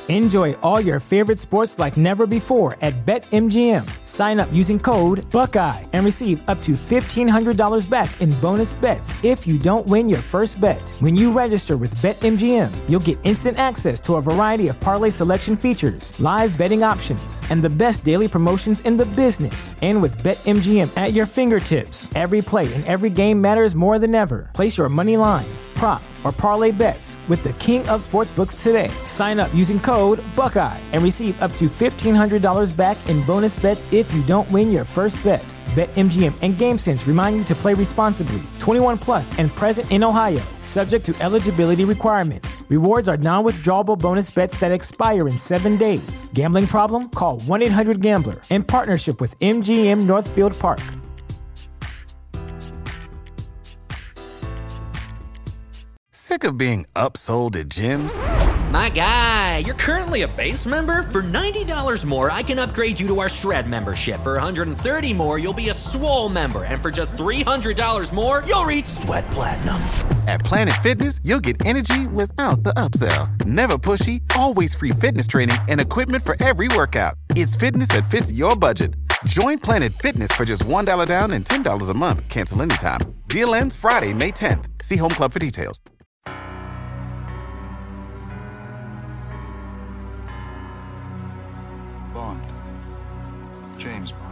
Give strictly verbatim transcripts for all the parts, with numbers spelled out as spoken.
Enjoy all your favorite sports like never before at BetMGM. Sign up using code Buckeye and receive up to fifteen hundred dollars back in bonus bets if you don't win your first bet. When you register with BetMGM, you'll get instant access to a variety of parlay selection features, live betting options, and the best daily promotions in the business. And with BetMGM at your fingertips, every play and every game matters more than ever. Place your money line, prop, or parlay bets with the king of sportsbooks today. Sign up using code Buckeye and receive up to fifteen hundred dollars back in bonus bets if you don't win your first bet. BetMGM and GameSense remind you to play responsibly. twenty-one plus and present in Ohio, subject to eligibility requirements. Rewards are non-withdrawable bonus bets that expire in seven days. Gambling problem? Call one eight hundred gambler in partnership with M G M Northfield Park. Sick of being upsold at gyms? My guy, you're currently a base member? For ninety dollars more, I can upgrade you to our Shred membership. For one hundred thirty dollars more, you'll be a Swole member. And for just three hundred dollars more, you'll reach Sweat Platinum. At Planet Fitness, you'll get energy without the upsell. Never pushy, always free fitness training and equipment for every workout. It's fitness that fits your budget. Join Planet Fitness for just one dollar down and ten dollars a month. Cancel anytime. Deal ends Friday, May tenth. See Home Club for details. Bond. James Bond.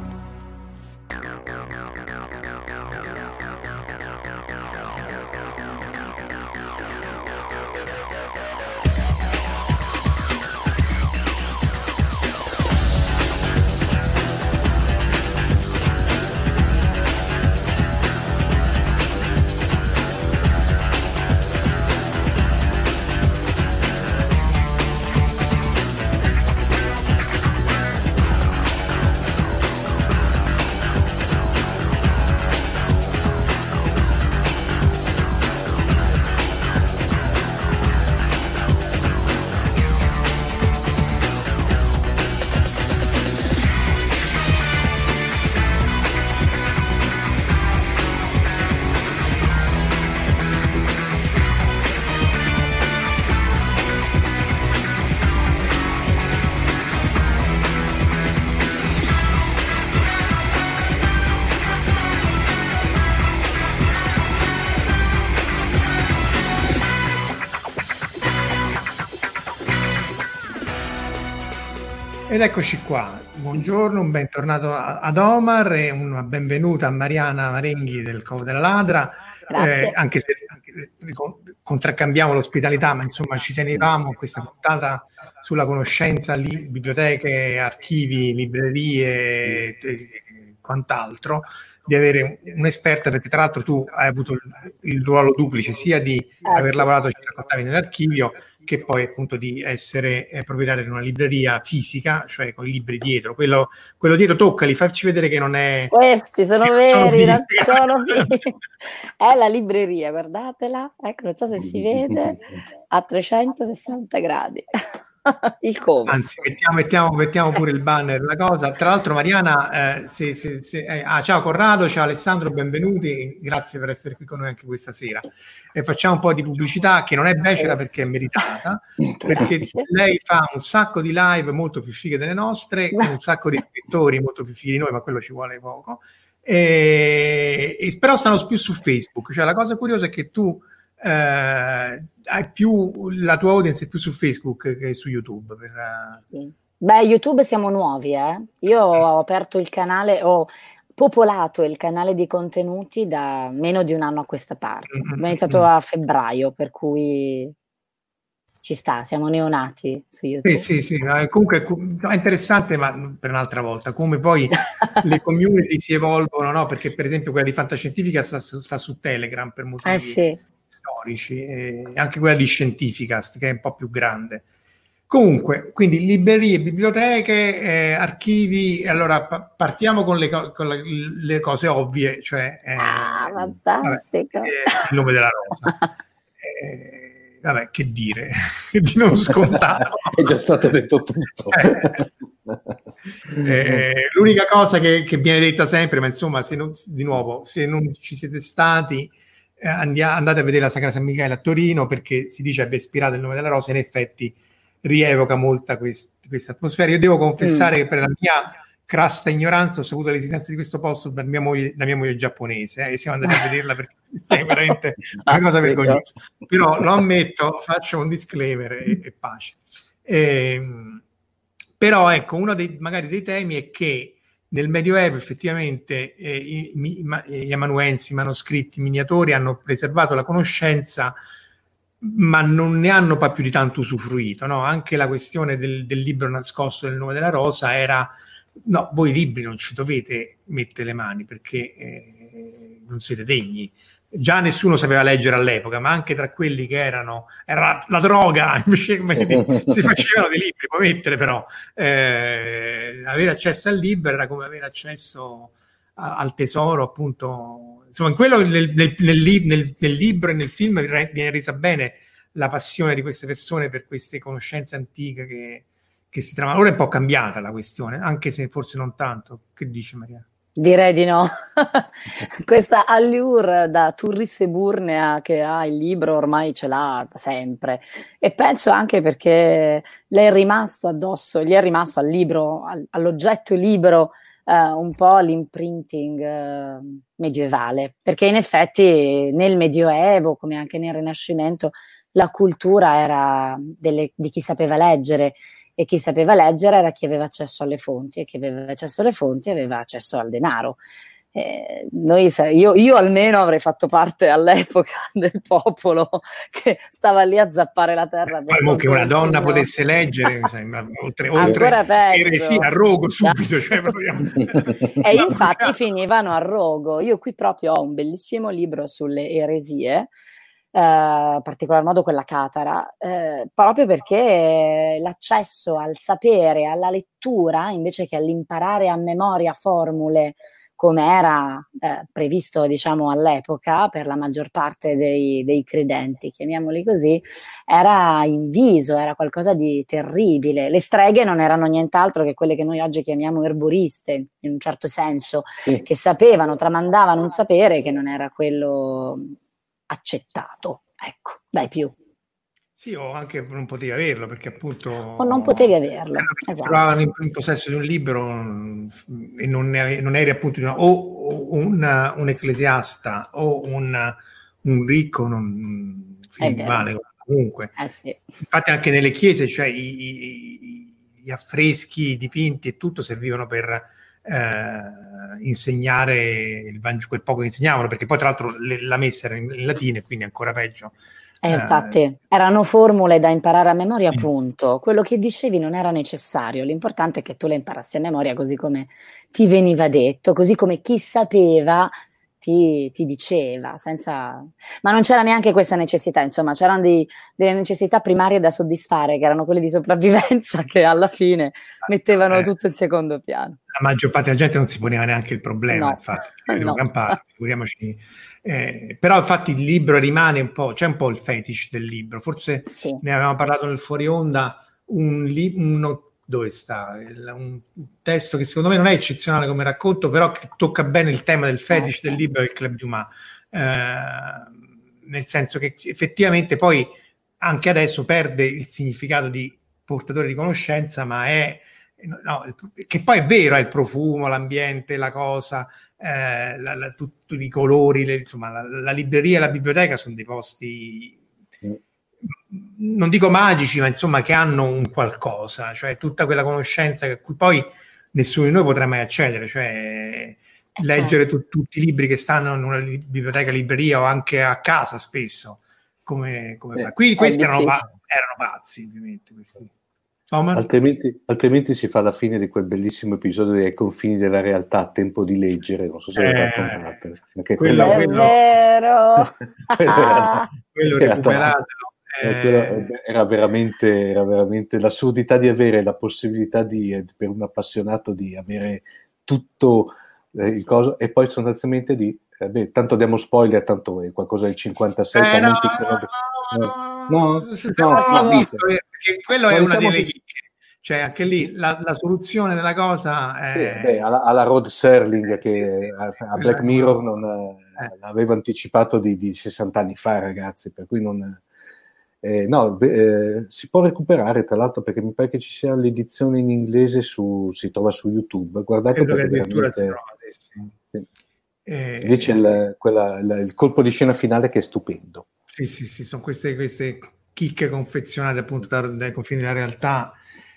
Ed eccoci qua, buongiorno, un bentornato ad Omar e una benvenuta a Mariana Marenghi del Covo della Ladra, eh, anche se anche, contraccambiamo l'ospitalità, ma insomma ci tenevamo questa puntata sulla conoscenza, li, biblioteche, archivi, librerie e, e quant'altro, di avere un'esperta, perché tra l'altro tu hai avuto il, il ruolo duplice sia di eh, aver sì. lavorato, ci raccontavi, nell'archivio, che poi appunto di essere eh, proprietario di una libreria fisica, cioè con i libri dietro. Quello, quello dietro toccali, facci vedere che non è... Questi sono veri, non sono veri. È la libreria, guardatela. Ecco, non so se si vede, a trecentosessanta gradi. Il come. Anzi, mettiamo, mettiamo, mettiamo pure il banner, la cosa. Tra l'altro Mariana, eh, se, se, se, eh, ah, ciao Corrado, ciao Alessandro, benvenuti, grazie per essere qui con noi anche questa sera. E facciamo un po' di pubblicità che non è becera perché è meritata, perché lei fa un sacco di live molto più fighe delle nostre, con un sacco di scrittori molto più fighi di noi, ma quello ci vuole poco. E, e, però stanno più su Facebook, cioè la cosa curiosa è che tu eh, hai più, la tua audience è più su Facebook che su YouTube. Per, sì. Beh, YouTube siamo nuovi, eh. Io ho aperto il canale, ho popolato il canale di contenuti da meno di un anno a questa parte. Mm-hmm. Abbiamo iniziato a febbraio, per cui ci sta, siamo neonati su YouTube. Sì, sì, sì, comunque è interessante, ma per un'altra volta, come poi le community si evolvono, no? Perché per esempio quella di Fantascientifica sta, sta su Telegram per motivi eh sì. storici, e anche quella di Scientificast, che è un po' più grande. Comunque, quindi librerie, biblioteche, eh, archivi. Allora pa- partiamo con, le, co- con le, le cose ovvie, cioè eh, ah, fantastico. Vabbè, eh, il nome della rosa. eh, vabbè, che dire, di non scontato. È già stato detto tutto. eh, eh, l'unica cosa che, che viene detta sempre, ma insomma, se non, di nuovo, se non ci siete stati, eh, andia- andate a vedere la Sacra San Michele a Torino, perché si dice abbia ispirato il nome della rosa, in effetti rievoca molta quest- questa atmosfera. Io devo confessare Mm. che per la mia crassa ignoranza ho saputo l'esistenza di questo posto per mia moglie, da mia moglie giapponese, eh, e siamo andati a vederla perché è veramente una cosa vergognosa. Però lo ammetto, faccio un disclaimer e, e pace. Ehm, però ecco, uno dei magari dei temi è che nel Medioevo effettivamente eh, i, i, gli amanuensi, i manoscritti, i miniatori hanno preservato la conoscenza, ma non ne hanno poi più di tanto usufruito, no? Anche la questione del, del libro nascosto del nome della rosa era: no, voi libri non ci dovete mettere le mani perché eh, non siete degni. Già nessuno sapeva leggere all'epoca, ma anche tra quelli che erano era la, la droga, invece si facevano dei libri, puoi mettere però eh, avere accesso al libro era come avere accesso a, al tesoro, appunto. Insomma, in quello nel, nel, nel, nel, nel libro e nel film viene resa bene la passione di queste persone per queste conoscenze antiche che, che si trovano. Ora è un po' cambiata la questione, anche se forse non tanto. Che dici, Maria? Direi di no. Questa allure da turrisse burnea che ha il libro ormai ce l'ha da sempre, e penso anche perché le è rimasto addosso, gli è rimasto al libro, al, all'oggetto libro eh, un po' l'imprinting eh, medievale, perché in effetti nel Medioevo come anche nel Rinascimento la cultura era delle, di chi sapeva leggere, e chi sapeva leggere era chi aveva accesso alle fonti, e chi aveva accesso alle fonti aveva accesso al denaro. Eh, noi, io, io almeno avrei fatto parte all'epoca del popolo che stava lì a zappare la terra. Poi che una donna signor. potesse leggere, mi sembra, oltre, oltre eresia, a rogo subito. Cioè, e infatti finivano a rogo. Io qui proprio ho un bellissimo libro sulle eresie, Uh, in particolar modo quella catara, uh, proprio perché l'accesso al sapere, alla lettura, invece che all'imparare a memoria formule come era uh, previsto, diciamo, all'epoca per la maggior parte dei, dei credenti, chiamiamoli così, era inviso, era qualcosa di terribile. Le streghe non erano nient'altro che quelle che noi oggi chiamiamo erboriste, in un certo senso, sì. Che sapevano, tramandavano un sapere che non era quello accettato, ecco, dai più. Sì, o anche non potevi averlo, perché appunto... O non potevi averlo, esatto. Si trovavano in, in possesso di un libro e non, ne, non eri appunto una, o una, un ecclesiasta o una, un ricco, non finivi male comunque. Eh sì. Infatti anche nelle chiese, cioè i, i, gli affreschi, i dipinti e tutto servivano per... Eh, insegnare il Vangelo, quel poco che insegnavano, perché poi tra l'altro le, la messa era in, in latino e quindi ancora peggio. Eh, infatti eh, erano formule da imparare a memoria, appunto. Quello che dicevi non era necessario, l'importante è che tu le imparassi a memoria così come ti veniva detto, così come chi sapeva ti, ti diceva, senza... ma non c'era neanche questa necessità, insomma, c'erano dei, delle necessità primarie da soddisfare, che erano quelle di sopravvivenza, che alla fine mettevano eh, tutto in secondo piano. La maggior parte della gente non si poneva neanche il problema, no. infatti, no. campare, figuriamoci. Eh, però infatti il libro rimane un po', c'è un po' il fetish del libro, forse sì. Ne avevamo parlato nel fuori onda, un li, uno, dove sta? Il, un testo che secondo me non è eccezionale come racconto, però che tocca bene il tema del fetish okay. del libro, del Club Dumas, eh, nel senso che effettivamente poi anche adesso perde il significato di portatore di conoscenza, ma è no, che poi è vero, è il profumo, l'ambiente, la cosa, eh, la, la, tutti i colori, le, insomma la, la libreria e la biblioteca sono dei posti non dico magici, ma insomma che hanno un qualcosa, cioè tutta quella conoscenza a cui poi nessuno di noi potrà mai accedere, cioè eh leggere certo. tu, tutti i libri che stanno in una biblioteca, libreria o anche a casa spesso, come, come eh, fa. Qui questi erano, pa- erano pazzi, ovviamente. Questi. Altrimenti, altrimenti si fa la fine di quel bellissimo episodio dei confini della realtà, Tempo di leggere, non so se eh, lo raccontate. Anche quello, quello, è vero! quello, era, quello era recuperato. Eh, era veramente era veramente l'assurdità di avere la possibilità di per un appassionato di avere tutto eh, il coso, e poi sostanzialmente di eh, beh, tanto diamo spoiler, tanto è qualcosa del cinquantasei eh, no, no, no, no, no, no, visto, perché quello è una delle chicche, cioè anche lì la, la soluzione della cosa è... sì, beh, alla, alla Rod Serling che a, a Black Mirror non eh. l'aveva anticipato di, di sessanta anni fa, ragazzi, per cui non Eh, no, eh, si può recuperare tra l'altro, perché mi pare che ci sia l'edizione in inglese, su, si trova su YouTube. Guardate, Credo perché che addirittura veramente... si trova, sì. Sì. Eh, Invece il, quella, il, il colpo di scena finale che è stupendo. Sì, sì, sì, sono queste, queste chicche confezionate appunto da, dai confini della realtà,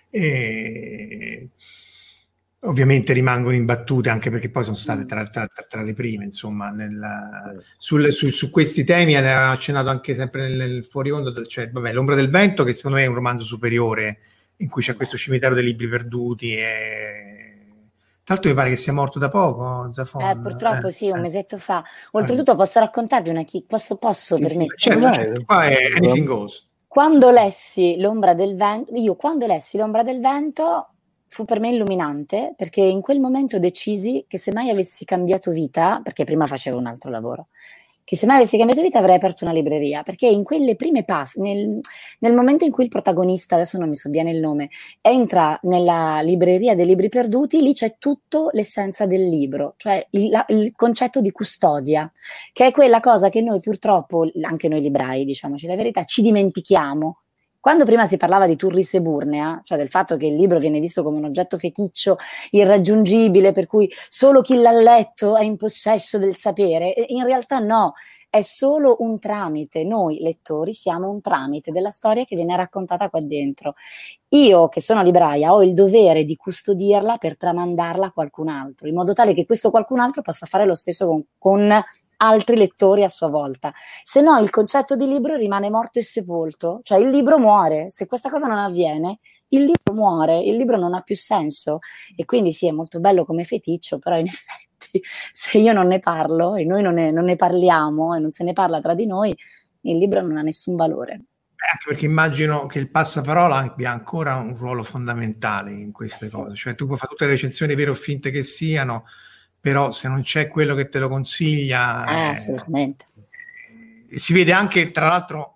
e ovviamente rimangono imbattute, anche perché poi sono state tra, tra, tra, tra le prime, insomma, nel, sul, su, su questi temi. Ne aveva accennato anche sempre nel, nel fuori onda, cioè, vabbè, L'ombra del vento, che secondo me è un romanzo superiore, in cui c'è questo cimitero dei libri perduti, e tra l'altro mi pare che sia morto da poco Zafon. Eh, purtroppo eh, sì, un eh. mesetto fa. Oltretutto posso raccontarvi una chicca, posso, posso Sì, permettermi? Certo, certo, qua è anything goes. Quando lessi L'ombra del vento, io quando lessi L'ombra del vento fu per me illuminante, perché in quel momento decisi che se mai avessi cambiato vita, perché prima facevo un altro lavoro, che se mai avessi cambiato vita avrei aperto una libreria, perché in quelle prime passi, nel, nel momento in cui il protagonista, adesso non mi sovviene il nome, entra nella libreria dei libri perduti, lì c'è tutto l'essenza del libro, cioè il, la, il concetto di custodia, che è quella cosa che noi purtroppo, anche noi librai, diciamoci la verità, ci dimentichiamo. Quando prima si parlava di Turris Eburnea, cioè del fatto che il libro viene visto come un oggetto feticcio, irraggiungibile, per cui solo chi l'ha letto è in possesso del sapere, in realtà no, è solo un tramite. Noi lettori siamo un tramite della storia che viene raccontata qua dentro. Io, che sono libraia, ho il dovere di custodirla per tramandarla a qualcun altro, in modo tale che questo qualcun altro possa fare lo stesso con, con altri lettori a sua volta. Se no il concetto di libro rimane morto e sepolto, cioè il libro muore. Se questa cosa non avviene, il libro muore, il libro non ha più senso. E quindi sì, è molto bello come feticcio, però in effetti se io non ne parlo e noi non ne, non ne parliamo e non se ne parla tra di noi, il libro non ha nessun valore. Anche perché immagino che il passaparola abbia ancora un ruolo fondamentale in queste Eh sì. cose, cioè tu puoi fare tutte le recensioni vere o finte che siano, però se non c'è quello che te lo consiglia, Eh, eh, assolutamente. eh, si vede anche, tra l'altro,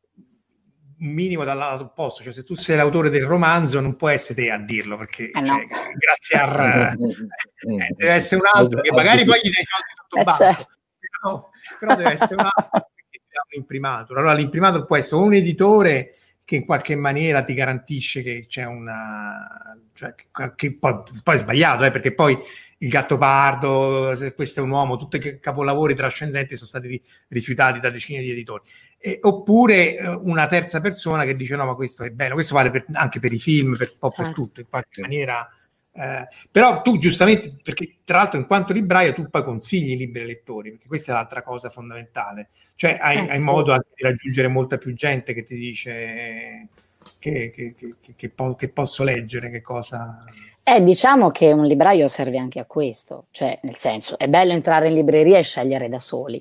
un minimo dal lato opposto, cioè se tu sei l'autore del romanzo non può essere te a dirlo, perché Eh no. cioè, grazie a eh, deve essere un altro che magari poi gli dai i soldi sotto Eh, banco, certo. però, però deve essere un altro che ti dà l'imprimatur. Allora l'imprimatur può essere un editore che in qualche maniera ti garantisce che c'è una, cioè, che poi, poi è sbagliato, eh, perché poi Il Gattopardo, Se questo è un uomo, tutti i capolavori trascendenti sono stati rifiutati da decine di editori. Eh, oppure eh, una terza persona che dice no, ma questo è bello, questo vale per, anche per i film, per, un po' per Certo. tutto, in qualche maniera. Eh, però tu giustamente, perché tra l'altro in quanto libraio tu poi consigli i libri ai lettori, perché questa è l'altra cosa fondamentale, cioè hai, Eh, hai sì. modo anche di raggiungere molta più gente che ti dice che, che, che, che, che, po- che posso leggere, che cosa... Eh, diciamo che un libraio serve anche a questo, cioè nel senso è bello entrare in libreria e scegliere da soli,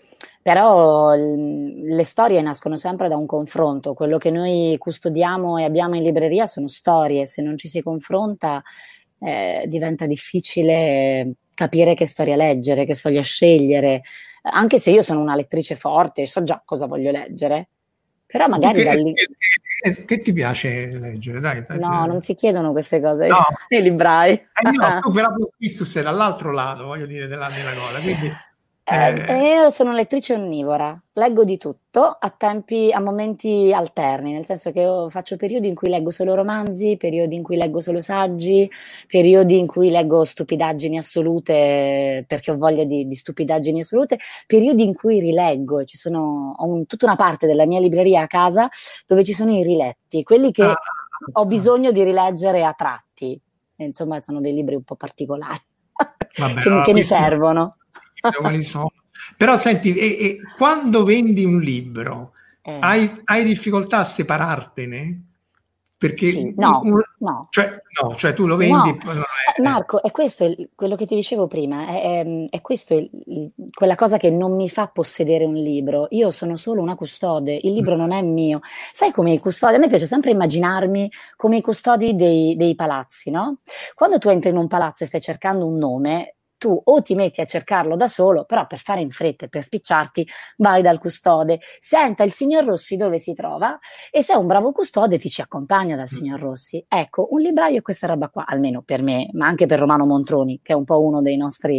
però l- le storie nascono sempre da un confronto. Quello che noi custodiamo e abbiamo in libreria sono storie, se non ci si confronta eh, diventa difficile capire che storia leggere, che storia scegliere, anche se io sono una lettrice forte e so già cosa voglio leggere, però magari che, da lì... che, che, che ti piace leggere? Dai, dai, No, dai. non si chiedono queste cose No. ai librai. Eh, no, tu però tu sei dall'altro lato, voglio dire, della, della gola, quindi... Eh, Eh, io sono lettrice onnivora, leggo di tutto a tempi, a momenti alterni, nel senso che io faccio periodi in cui leggo solo romanzi, periodi in cui leggo solo saggi, periodi in cui leggo stupidaggini assolute perché ho voglia di, di stupidaggini assolute, periodi in cui rileggo, e ci sono ho un, tutta una parte della mia libreria a casa dove ci sono i riletti, quelli che ah, ho bisogno di rileggere a tratti, e, insomma sono dei libri un po' particolari vabbè, che, allora, che mi questi- servono. quali sono. Però senti, e, e quando vendi un libro, Eh. hai, hai difficoltà a separartene? Perché Sì, no, un- no. Cioè, no, cioè tu lo vendi No. e poi non Eh, è... Marco, è questo il- quello che ti dicevo prima, è, è- è questo il- il- quella cosa che non mi fa possedere un libro. Io sono solo una custode, il libro non è mio. Sai come i custodi? A me piace sempre immaginarmi come i custodi dei, dei palazzi, no? Quando tu entri in un palazzo e stai cercando un nome, tu o ti metti a cercarlo da solo, però per fare in fretta e per spicciarti vai dal custode, senta il signor Rossi dove si trova e se è un bravo custode ti ci accompagna dal signor Rossi. Ecco, un libraio è questa roba qua, almeno per me, ma anche per Romano Montroni, che è un po' uno dei nostri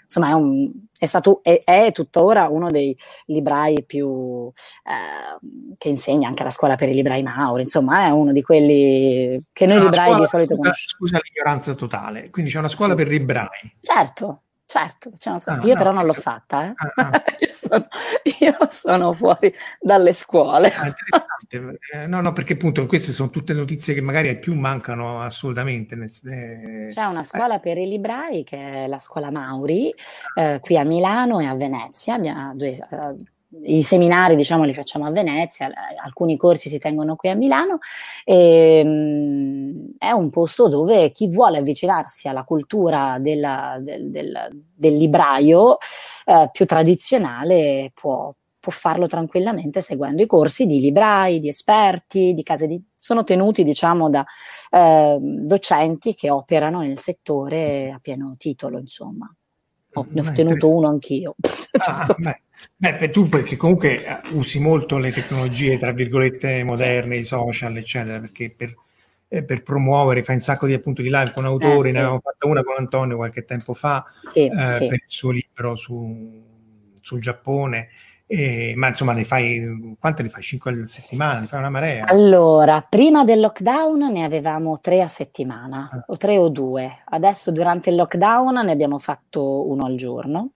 insomma è, un, è stato è, è tuttora uno dei librai più eh, che insegna anche alla scuola per i librai Mauri, insomma è uno di quelli che noi librai scuola, di solito scusa, conosciamo. Scusa l'ignoranza totale, quindi c'è una scuola sì. per librai? Certo. Certo, c'è una scuola. Ah, io no, però non l'ho questo... fatta, eh? ah, ah. io, sono, io sono fuori dalle scuole. Ah, interessante. No, no, perché appunto queste sono tutte notizie che magari ai più mancano assolutamente. Eh, C'è una scuola eh. per i librai che è la scuola Mauri, eh, qui a Milano e a Venezia. Abbiamo due, uh, i seminari, diciamo, li facciamo a Venezia, alcuni corsi si tengono qui a Milano. E, um, è un posto dove chi vuole avvicinarsi alla cultura della, del, del, del libraio eh, più tradizionale può, può farlo tranquillamente seguendo i corsi di librai, di esperti, di case di... sono tenuti, diciamo, da eh, docenti che operano nel settore a pieno titolo, insomma. Ho, ne ho tenuto uno anch'io. Ah, beh. Beh, tu perché comunque usi molto le tecnologie, tra virgolette, moderne, sì. i social, eccetera, perché per, eh, per promuovere, fai un sacco di appunto di live con autori, eh, sì. ne avevamo fatto una con Antonio qualche tempo fa, sì, eh, sì. per il suo libro su, sul Giappone, eh, ma insomma ne fai, quante ne fai? Cinque a settimana? Ne fai una marea? Allora, prima del lockdown ne avevamo tre a settimana, ah. o tre o due, adesso durante il lockdown ne abbiamo fatto uno al giorno.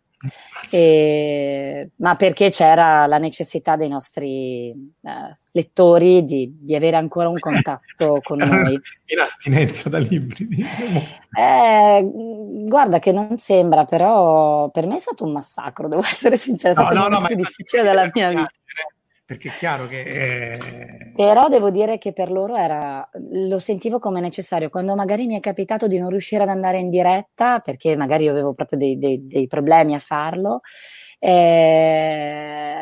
E, ma perché c'era la necessità dei nostri eh, lettori di, di avere ancora un contatto con noi. In astinenza da libri, diciamo. Eh, guarda che non sembra, però per me è stato un massacro, devo essere sincera, è stato no, il no, momento no, più difficile della mia vita. Perché è chiaro che... Eh... Però devo dire che per loro era, lo sentivo come necessario. Quando magari mi è capitato di non riuscire ad andare in diretta, perché magari io avevo proprio dei, dei, dei problemi a farlo, eh,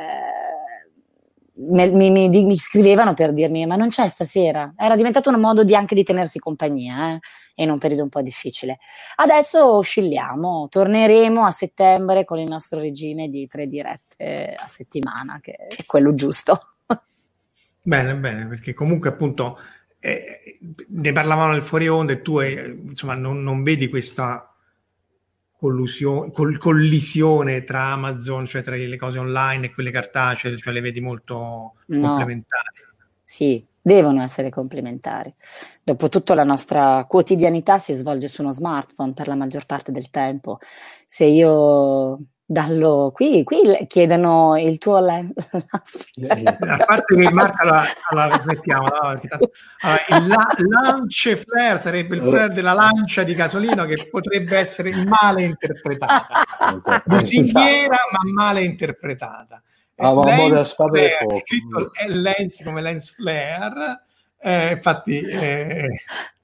mi, mi, mi, mi scrivevano per dirmi ma non c'è stasera. Era diventato un modo di, anche di tenersi compagnia, eh, in un periodo un po' difficile. Adesso oscilliamo, torneremo a settembre con il nostro regime di tre dirette a settimana, che è quello giusto. Bene, bene, perché comunque appunto eh, ne parlavamo nel fuori onda e tu eh, insomma non, non vedi questa collusione, col, collisione tra Amazon, cioè tra le cose online e quelle cartacee, cioè le vedi molto no. complementari. Sì, devono essere complementari. Dopotutto la nostra quotidianità si svolge su uno smartphone per la maggior parte del tempo. Se io dallo qui, qui chiedono il tuo lens. A parte che Marta la, la riflettiamo, no? Allora, il la, lance flare sarebbe il flare della lancia di Casolino che potrebbe essere male interpretata, lusinghiera ma male interpretata. Ah, lens flare, scritto è lens come lens flare, eh, infatti eh,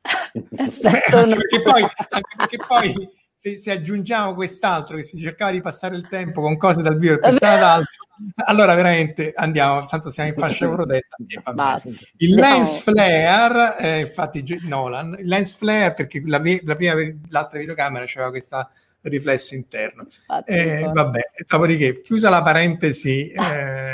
anche perché poi, anche perché poi se, se aggiungiamo quest'altro che si cercava di passare il tempo con cose dal vivo e pensare ad altro, allora veramente andiamo, tanto siamo in fascia protetta. Il no. lens flare, eh, infatti Nolan, il lens flare perché la, la prima, l'altra videocamera c'aveva questa riflesso interno. Eh, vabbè, dopodiché, chiusa la parentesi eh,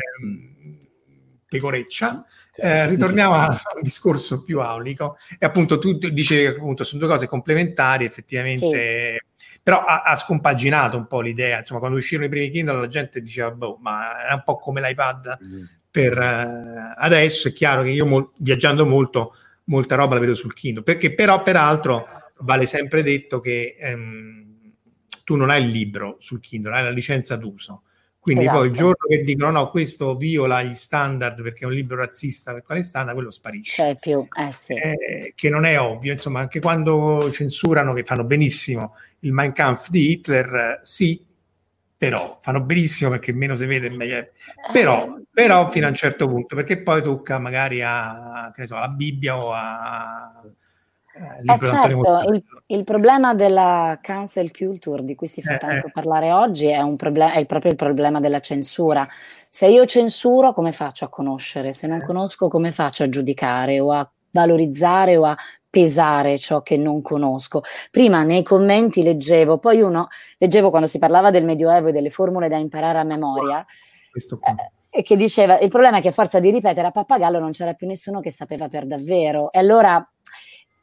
pecoreccia, eh, ritorniamo al discorso più aulico e appunto tu dicevi appunto sono due cose complementari effettivamente, sì. Però ha, ha scompaginato un po' l'idea, insomma quando uscirono i primi Kindle la gente diceva boh, ma è un po' come l'iPad mm. per eh, adesso. È chiaro che io mo- viaggiando molto molta roba la vedo sul Kindle, perché però peraltro vale sempre detto che ehm, tu non hai il libro sul Kindle, hai la licenza d'uso. Quindi esatto. Poi il giorno che dicono no, questo viola gli standard perché è un libro razzista per quale standard, quello sparisce. C'è più, eh sì. Eh, che non è ovvio, insomma, anche quando censurano, che fanno benissimo il Mein Kampf di Hitler, sì, però fanno benissimo perché meno si vede meglio è. Però, però fino a un certo punto, perché poi tocca magari a, che ne so, alla Bibbia o a... Eh, certo, il, il problema della cancel culture di cui si fa eh, tanto eh. parlare oggi è, un problem- è proprio il problema della censura. Se io censuro, come faccio a conoscere? Se non eh. conosco, come faccio a giudicare o a valorizzare o a pesare ciò che non conosco? Prima nei commenti leggevo, poi uno leggevo quando si parlava del Medioevo e delle formule da imparare a memoria, questo qua. Eh, e che diceva il problema è che a forza di ripetere a pappagallo non c'era più nessuno che sapeva per davvero, e allora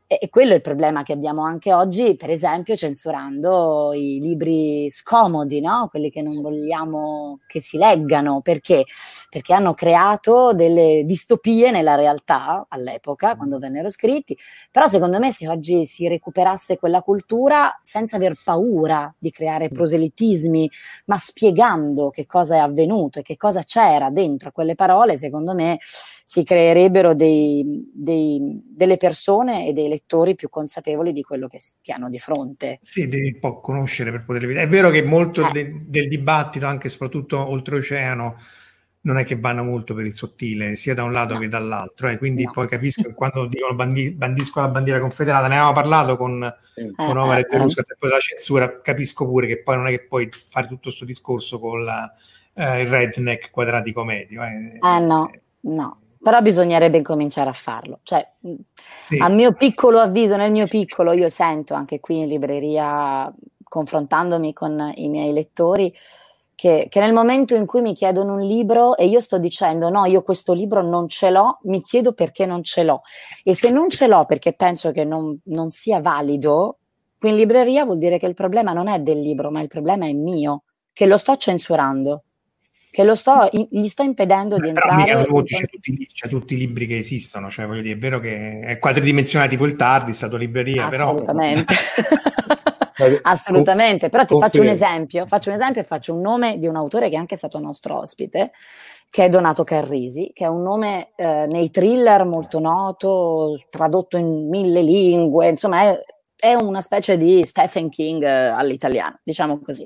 E quello è il problema che abbiamo anche oggi, per esempio censurando i libri scomodi, no? Quelli che non vogliamo che si leggano. Perché? Perché hanno creato delle distopie nella realtà all'epoca, quando vennero scritti. Però secondo me se oggi si recuperasse quella cultura senza aver paura di creare proselitismi, ma spiegando che cosa è avvenuto e che cosa c'era dentro quelle parole, secondo me si creerebbero dei, dei, delle persone e dei lettori più consapevoli di quello che, che hanno di fronte. Sì, devi un po' conoscere per poterle vedere. È vero che molto Eh. de, del dibattito, anche e soprattutto oltreoceano, non è che vanno molto per il sottile, sia da un lato No. che dall'altro. Eh. Quindi No. poi capisco che quando dicono bandi, bandisco la bandiera confederata, ne avevamo parlato con, Eh, con Omar eh, e Verusca, e poi della censura, capisco pure che poi non è che puoi fare tutto questo discorso con la, eh, il redneck quadratico medio. Eh, eh no, no. Però bisognerebbe incominciare a farlo. Cioè, sì. a mio piccolo avviso, nel mio piccolo, io sento anche qui in libreria, confrontandomi con i miei lettori, che, che nel momento in cui mi chiedono un libro e io sto dicendo no, io questo libro non ce l'ho, mi chiedo perché non ce l'ho. E se non ce l'ho perché penso che non, non sia valido, qui in libreria vuol dire che il problema non è del libro, ma il problema è mio, che lo sto censurando. Che lo sto, gli sto impedendo di Però entrare. mica, c'è, tutti, c'è tutti i libri che esistono, cioè voglio dire, è vero che è quadridimensionale tipo il Tardi, è stato libreria, Assolutamente. però Assolutamente, però ti Confermo. faccio un esempio, faccio un esempio e faccio un nome di un autore che è anche stato nostro ospite, che è Donato Carrisi, che è un nome eh, nei thriller molto noto, tradotto in mille lingue, insomma è, è una specie di Stephen King eh, all'italiano, diciamo così.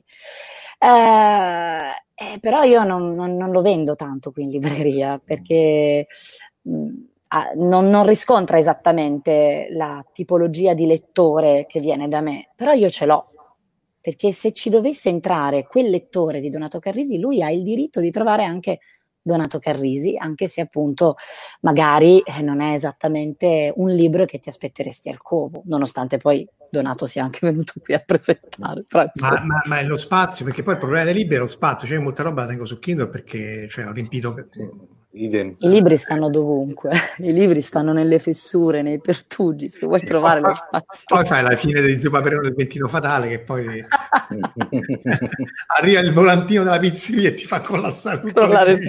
Eh, eh, però io non, non, non lo vendo tanto qui in libreria perché mh, ah, non, non riscontra esattamente la tipologia di lettore che viene da me, però io ce l'ho, perché se ci dovesse entrare quel lettore di Donato Carrisi, lui ha il diritto di trovare anche Donato Carrisi, anche se appunto magari eh, non è esattamente un libro che ti aspetteresti al Covo, nonostante poi Donato sia anche venuto qui a presentare. Ma, ma, ma è lo spazio, perché poi il problema dei libri è lo spazio, cioè molta roba la tengo su Kindle perché cioè, ho riempito... Idem. I libri stanno dovunque, i libri stanno nelle fessure, nei pertugi, se vuoi sì, trovare poi, lo spazio. Poi fai la fine di Zio Paperone del Ventino Fatale che poi arriva il volantino della pizzeria e ti fa collassare tutto.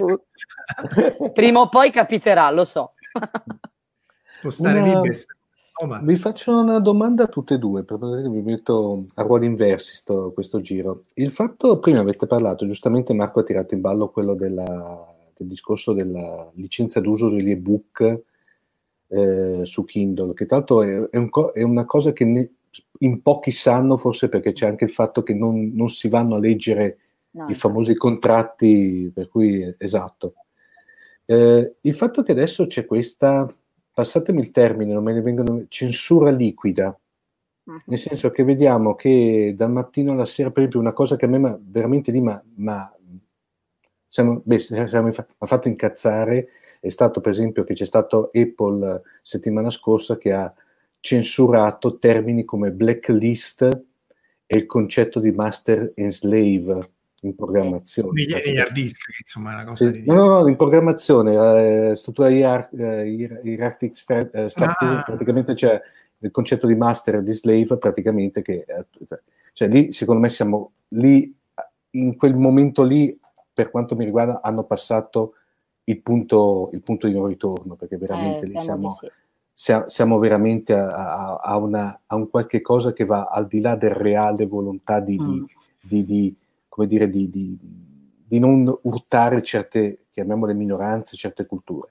Prima o poi capiterà, lo so. Spostare una... libri. Oh, ma... Vi faccio una domanda a tutte e due, perché vi metto a ruoli inversi sto, questo giro. Il fatto, prima avete parlato, giustamente Marco ha tirato in ballo quello della... del discorso della licenza d'uso degli ebook eh, su Kindle, che tra l'altro è, è, un co- è una cosa che ne, in pochi sanno, forse perché c'è anche il fatto che non, non si vanno a leggere no, i famosi contratti, per cui esatto. Eh, il fatto che adesso c'è questa, passatemi il termine, non me ne vengono, censura liquida, uh-huh. nel senso che vediamo che dal mattino alla sera, per esempio, una cosa che a me ma, veramente lì ma, ma Siamo, beh, siamo, mi ha fatto incazzare è stato per esempio che c'è stato Apple settimana scorsa che ha censurato termini come blacklist e il concetto di master and slave in programmazione. Negli hard disk, insomma, è una cosa sì, di... no, no, no, in programmazione, eh, struttura ier- eh, hierarchic structure, ah. praticamente c'è il concetto di master e di slave, praticamente che, cioè lì secondo me siamo lì, in quel momento lì, per quanto mi riguarda, hanno passato il punto, il punto di non ritorno, perché veramente eh, lì siamo, sì. siamo, siamo veramente a, a, a, una, a un qualche cosa che va al di là del reale volontà di, mm. di, di, di come dire, di, di, di non urtare certe, chiamiamole minoranze, certe culture.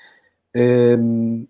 Ehm,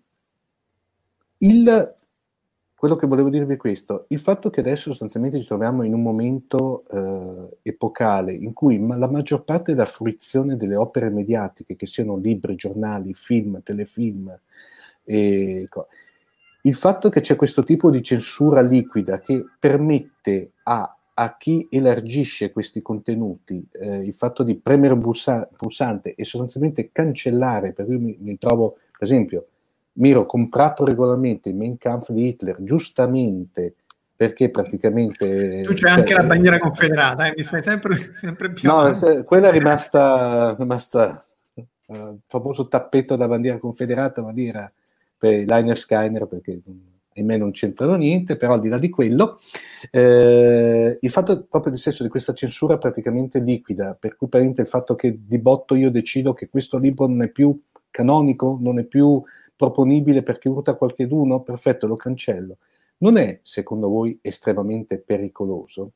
il, quello che volevo dirvi è questo, il fatto che adesso sostanzialmente ci troviamo in un momento eh, epocale in cui ma la maggior parte della fruizione delle opere mediatiche, che siano libri, giornali, film, telefilm, e, il fatto che c'è questo tipo di censura liquida che permette a a chi elargisce questi contenuti eh, il fatto di premere un pulsa- pulsante e sostanzialmente cancellare, per cui mi, mi trovo, per esempio, mi ero comprato regolarmente il Mein Kampf di Hitler, giustamente, perché praticamente... Tu c'hai cioè, anche la bandiera confederata, eh? Mi stai sempre, sempre più no, avanti. Quella è rimasta, rimasta uh, il famoso tappetto della bandiera confederata, ma lì era per Liner Skyner, perché ahimè non c'entrano niente, però al di là di quello, eh, il fatto proprio del senso di questa censura praticamente liquida, per cui praticamente il fatto che di botto io decido che questo libro non è più canonico, non è più proponibile perché urta qualcheduno, perfetto, lo cancello. Non è, secondo voi, estremamente pericoloso?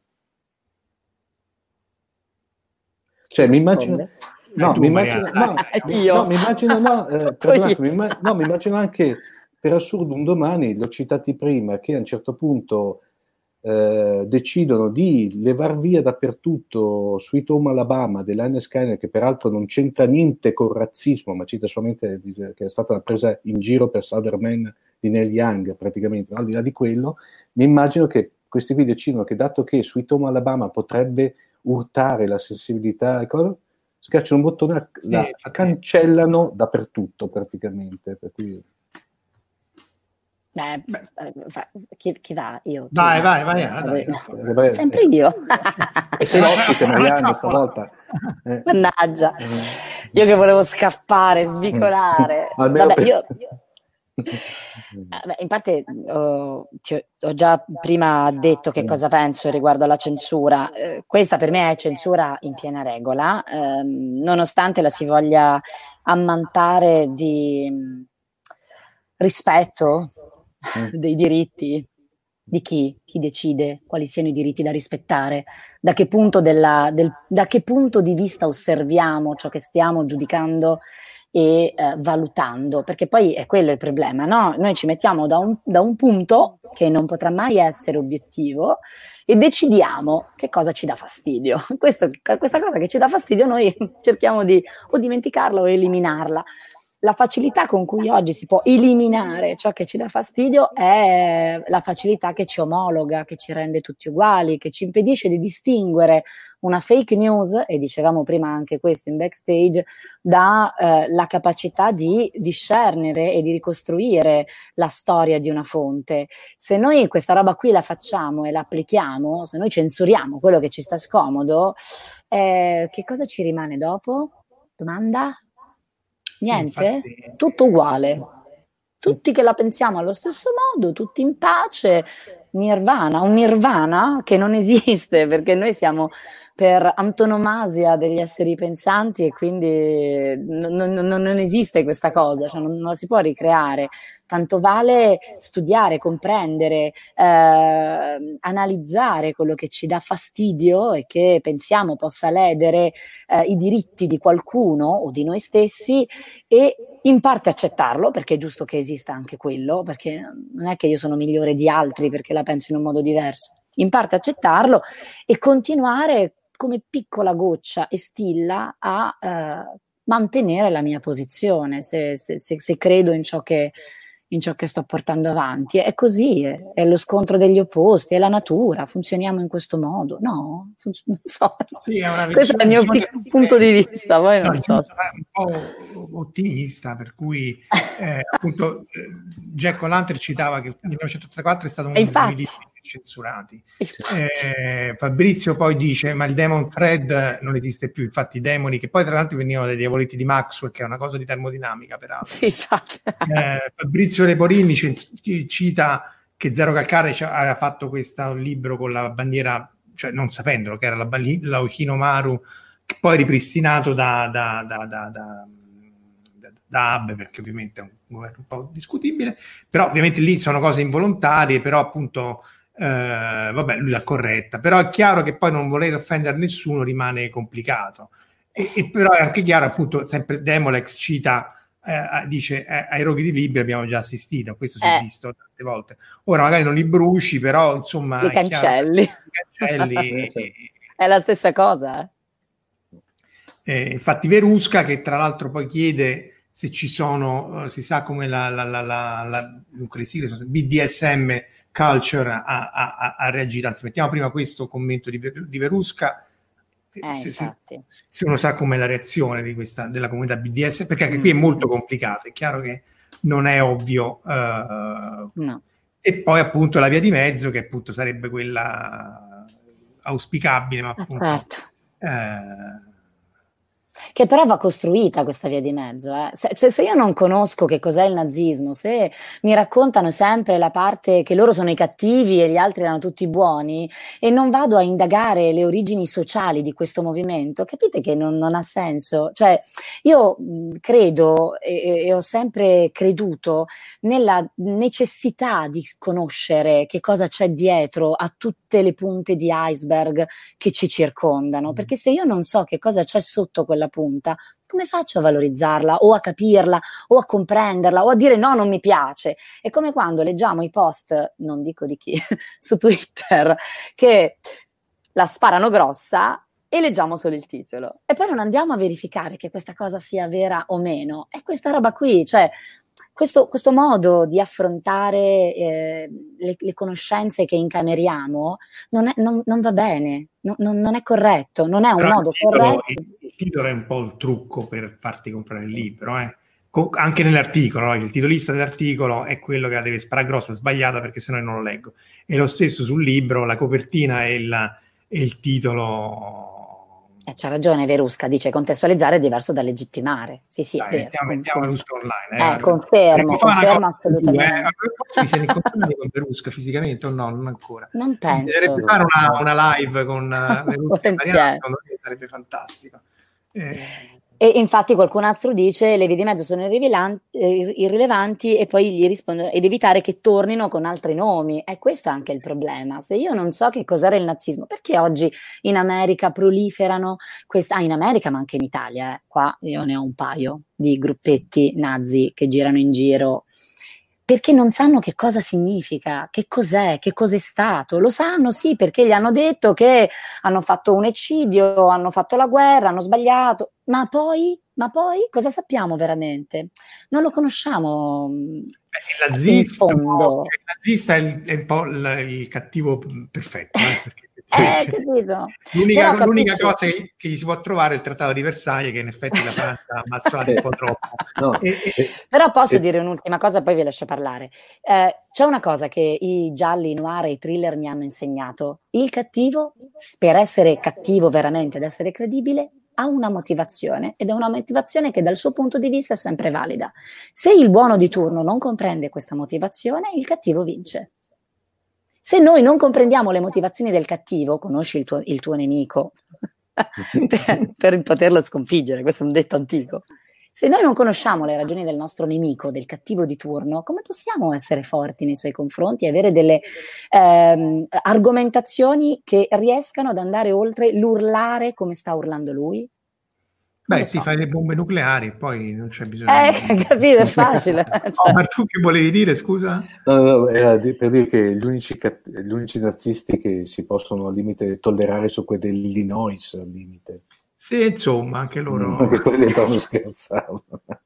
Cioè, mi immagino... No, tu, mi immagino, no, Io. no, mi immagino, no, eh, per un attimo, mi, no, mi immagino anche, per assurdo, un domani, l'ho citati prima, che a un certo punto eh, decidono di levar via dappertutto Sweet Home Alabama dell'Anne Skyner, che peraltro non c'entra niente col razzismo, ma cita solamente che è stata una presa in giro per Southern di Neil Young, praticamente. No? Al di là di quello, mi immagino che questi qui decidono che, dato che Sweet Home Alabama potrebbe urtare la sensibilità e cosa, schiacciano un bottone, sì, la cancellano dappertutto praticamente, per cui... Beh, chi, chi va? Io. Vai, chi vai, va? vai, vai, vai, vai. Sempre io. E sei ospite, Marianne, stavolta. Eh. Mannaggia, io che volevo scappare, svicolare. Vabbè, per... io... io... Beh, in parte oh, ti, ho già prima detto che cosa penso riguardo alla censura. Eh, questa per me è censura in piena regola, eh, nonostante la si voglia ammantare di rispetto dei diritti di chi? Chi decide quali siano i diritti da rispettare? Da che punto, della, del, da che punto di vista osserviamo ciò che stiamo giudicando e eh, valutando? Perché poi è quello il problema, no? Noi ci mettiamo da un, da un punto che non potrà mai essere obiettivo e decidiamo che cosa ci dà fastidio. Questo, questa cosa che ci dà fastidio noi cerchiamo di o dimenticarla o eliminarla. La facilità con cui oggi si può eliminare ciò che ci dà fastidio è la facilità che ci omologa, che ci rende tutti uguali, che ci impedisce di distinguere una fake news, e dicevamo prima anche questo in backstage, da eh, la capacità di discernere e di ricostruire la storia di una fonte. Se noi questa roba qui la facciamo e la applichiamo, se noi censuriamo quello che ci sta scomodo, eh, che cosa ci rimane dopo? Domanda? Niente? Sì, infatti... Tutto uguale. Tutti che la pensiamo allo stesso modo, tutti in pace, nirvana, un nirvana che non esiste perché noi siamo per antonomasia degli esseri pensanti e quindi non, non, non esiste questa cosa, cioè non, non la si può ricreare. Tanto vale studiare, comprendere, eh, analizzare quello che ci dà fastidio e che pensiamo possa ledere eh, i diritti di qualcuno o di noi stessi e in parte accettarlo, perché è giusto che esista anche quello, perché non è che io sono migliore di altri perché la penso in un modo diverso, in parte accettarlo e continuare come piccola goccia e stilla a eh, mantenere la mia posizione, se, se, se, se credo in ciò che in ciò che sto portando avanti. È così, è, è lo scontro degli opposti, è la natura, funzioniamo in questo modo. No, funz- non so. Sì, è una questo è il mio pic- punto di vista, poi non no, so. È un po' ottimista, per cui eh, appunto eh, Jack O'Lantern citava che il millenovecentottantaquattro è stato uno dei libri censurati. Eh, Fabrizio poi dice ma il demon Fred non esiste più, infatti i demoni che poi tra l'altro venivano dai diavoletti di Maxwell, che è una cosa di termodinamica peraltro. Sì, eh, Fabrizio Leporini c- cita che Zero Calcare aveva fatto questo libro con la bandiera, cioè non sapendolo che era la, la Ohinomaru, che poi ripristinato da da, da, da, da da Abe, perché ovviamente è un governo un po' discutibile, però ovviamente lì sono cose involontarie, però appunto Uh, vabbè, lui l'ha corretta, però è chiaro che poi non voler offendere nessuno rimane complicato e, e però è anche chiaro, appunto, sempre Demolex cita eh, dice eh, ai roghi di libri abbiamo già assistito, questo si è eh. visto tante volte, ora magari non li bruci, però insomma li cancelli, chiaro, li cancelli e, è la stessa cosa eh, infatti Verusca, che tra l'altro poi chiede se ci sono, uh, si sa come la, la, la, la, la B D S M culture ha, ha, ha reagito, anzi mettiamo prima questo commento di, di Verusca, eh, se, se, se uno sa com'è la reazione di questa, della comunità B D S, perché anche mm. qui è molto complicato, è chiaro che non è ovvio, uh, no. E poi appunto la via di mezzo, che appunto sarebbe quella auspicabile, ma appunto... Certo. Uh, Che però va costruita questa via di mezzo. Eh. Se, cioè, se io non conosco che cos'è il nazismo, se mi raccontano sempre la parte che loro sono i cattivi e gli altri erano tutti buoni, e non vado a indagare le origini sociali di questo movimento, capite che non, non ha senso? Cioè, io mh, credo e, e ho sempre creduto nella necessità di conoscere che cosa c'è dietro a tutte le punte di iceberg che ci circondano, perché se io non so che cosa c'è sotto quella punta, come faccio a valorizzarla o a capirla o a comprenderla o a dire no, non mi piace? È come quando leggiamo i post, non dico di chi, su Twitter, che la sparano grossa e leggiamo solo il titolo e poi non andiamo a verificare che questa cosa sia vera o meno. È questa roba qui, cioè questo, questo modo di affrontare eh, le, le conoscenze che incameriamo non, è, non, non va bene, no, non, non è corretto, non è un Però modo il titolo, corretto. Il, il titolo è un po' il trucco per farti comprare il libro, eh. Co- anche nell'articolo, no? Il titolista dell'articolo è quello che la deve sparare grossa, sbagliata, perché sennò io non lo leggo. E lo stesso sul libro, la copertina e il, e il titolo. Eh, c'ha ragione Verusca, dice contestualizzare è diverso da legittimare. Sì, sì, Dai, è vero. mettiamo, mettiamo Verusca online. Eh, eh confermo, confermo assolutamente. Eh, mi siete incontrati con Verusca fisicamente o no? Non ancora. Non penso. Bisognerebbe fare una, una live con uh, Verusca e Mariana, secondo me sarebbe fantastico. Eh. E infatti qualcun altro dice le vie di mezzo sono irrilevanti e poi gli rispondono ed evitare che tornino con altri nomi. E questo è anche il problema. Se io non so che cos'era il nazismo, perché oggi in America proliferano questa, ah, in America ma anche in Italia, eh. Qua io ne ho un paio di gruppetti nazi che girano in giro, perché non sanno che cosa significa, che cos'è, che cos'è stato. Lo sanno, sì, perché gli hanno detto che hanno fatto un eccidio, hanno fatto la guerra, hanno sbagliato, ma poi, ma poi cosa sappiamo veramente? Non lo conosciamo. Il nazista, cioè, il nazista è, il, è un po' il, il cattivo perfetto, eh, perché Eh, capito. L'unica, Però, l'unica capito. cosa che, che gli si può trovare è il trattato di Versailles, che in effetti la Francia ha ammazzato un po' troppo. No, e, e, Però posso e... dire un'ultima cosa, poi vi lascio parlare. Eh, c'è una cosa che i gialli, i noir e i thriller mi hanno insegnato. Il cattivo, per essere cattivo veramente, ed essere credibile, ha una motivazione, ed è una motivazione che dal suo punto di vista è sempre valida. Se il buono di turno non comprende questa motivazione, il cattivo vince. Se noi non comprendiamo le motivazioni del cattivo, conosci il tuo, il tuo nemico per, per poterlo sconfiggere, questo è un detto antico. Se noi non conosciamo le ragioni del nostro nemico, del cattivo di turno, come possiamo essere forti nei suoi confronti e avere delle ehm, argomentazioni che riescano ad andare oltre l'urlare come sta urlando lui? Beh, si so. fa le bombe nucleari, poi non c'è bisogno. Eh, di... capito, è facile. Cioè. Oh, ma tu che volevi dire, scusa? No, no, era per dire che gli unici, gli unici nazisti che si possono al limite tollerare sono quelli dell'Illinois, al limite. Sì, insomma, anche loro. No, anche quelli non scherzavano.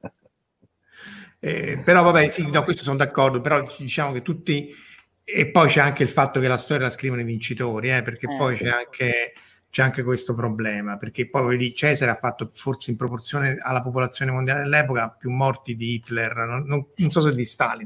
eh, però vabbè, sì, no, questo sono d'accordo, però diciamo che tutti... E poi c'è anche il fatto che la storia la scrivono i vincitori, eh, perché eh, poi sì. c'è anche... c'è anche questo problema, perché poi lì Cesare ha fatto forse in proporzione alla popolazione mondiale dell'epoca più morti di Hitler, non, non, non so se di Stalin.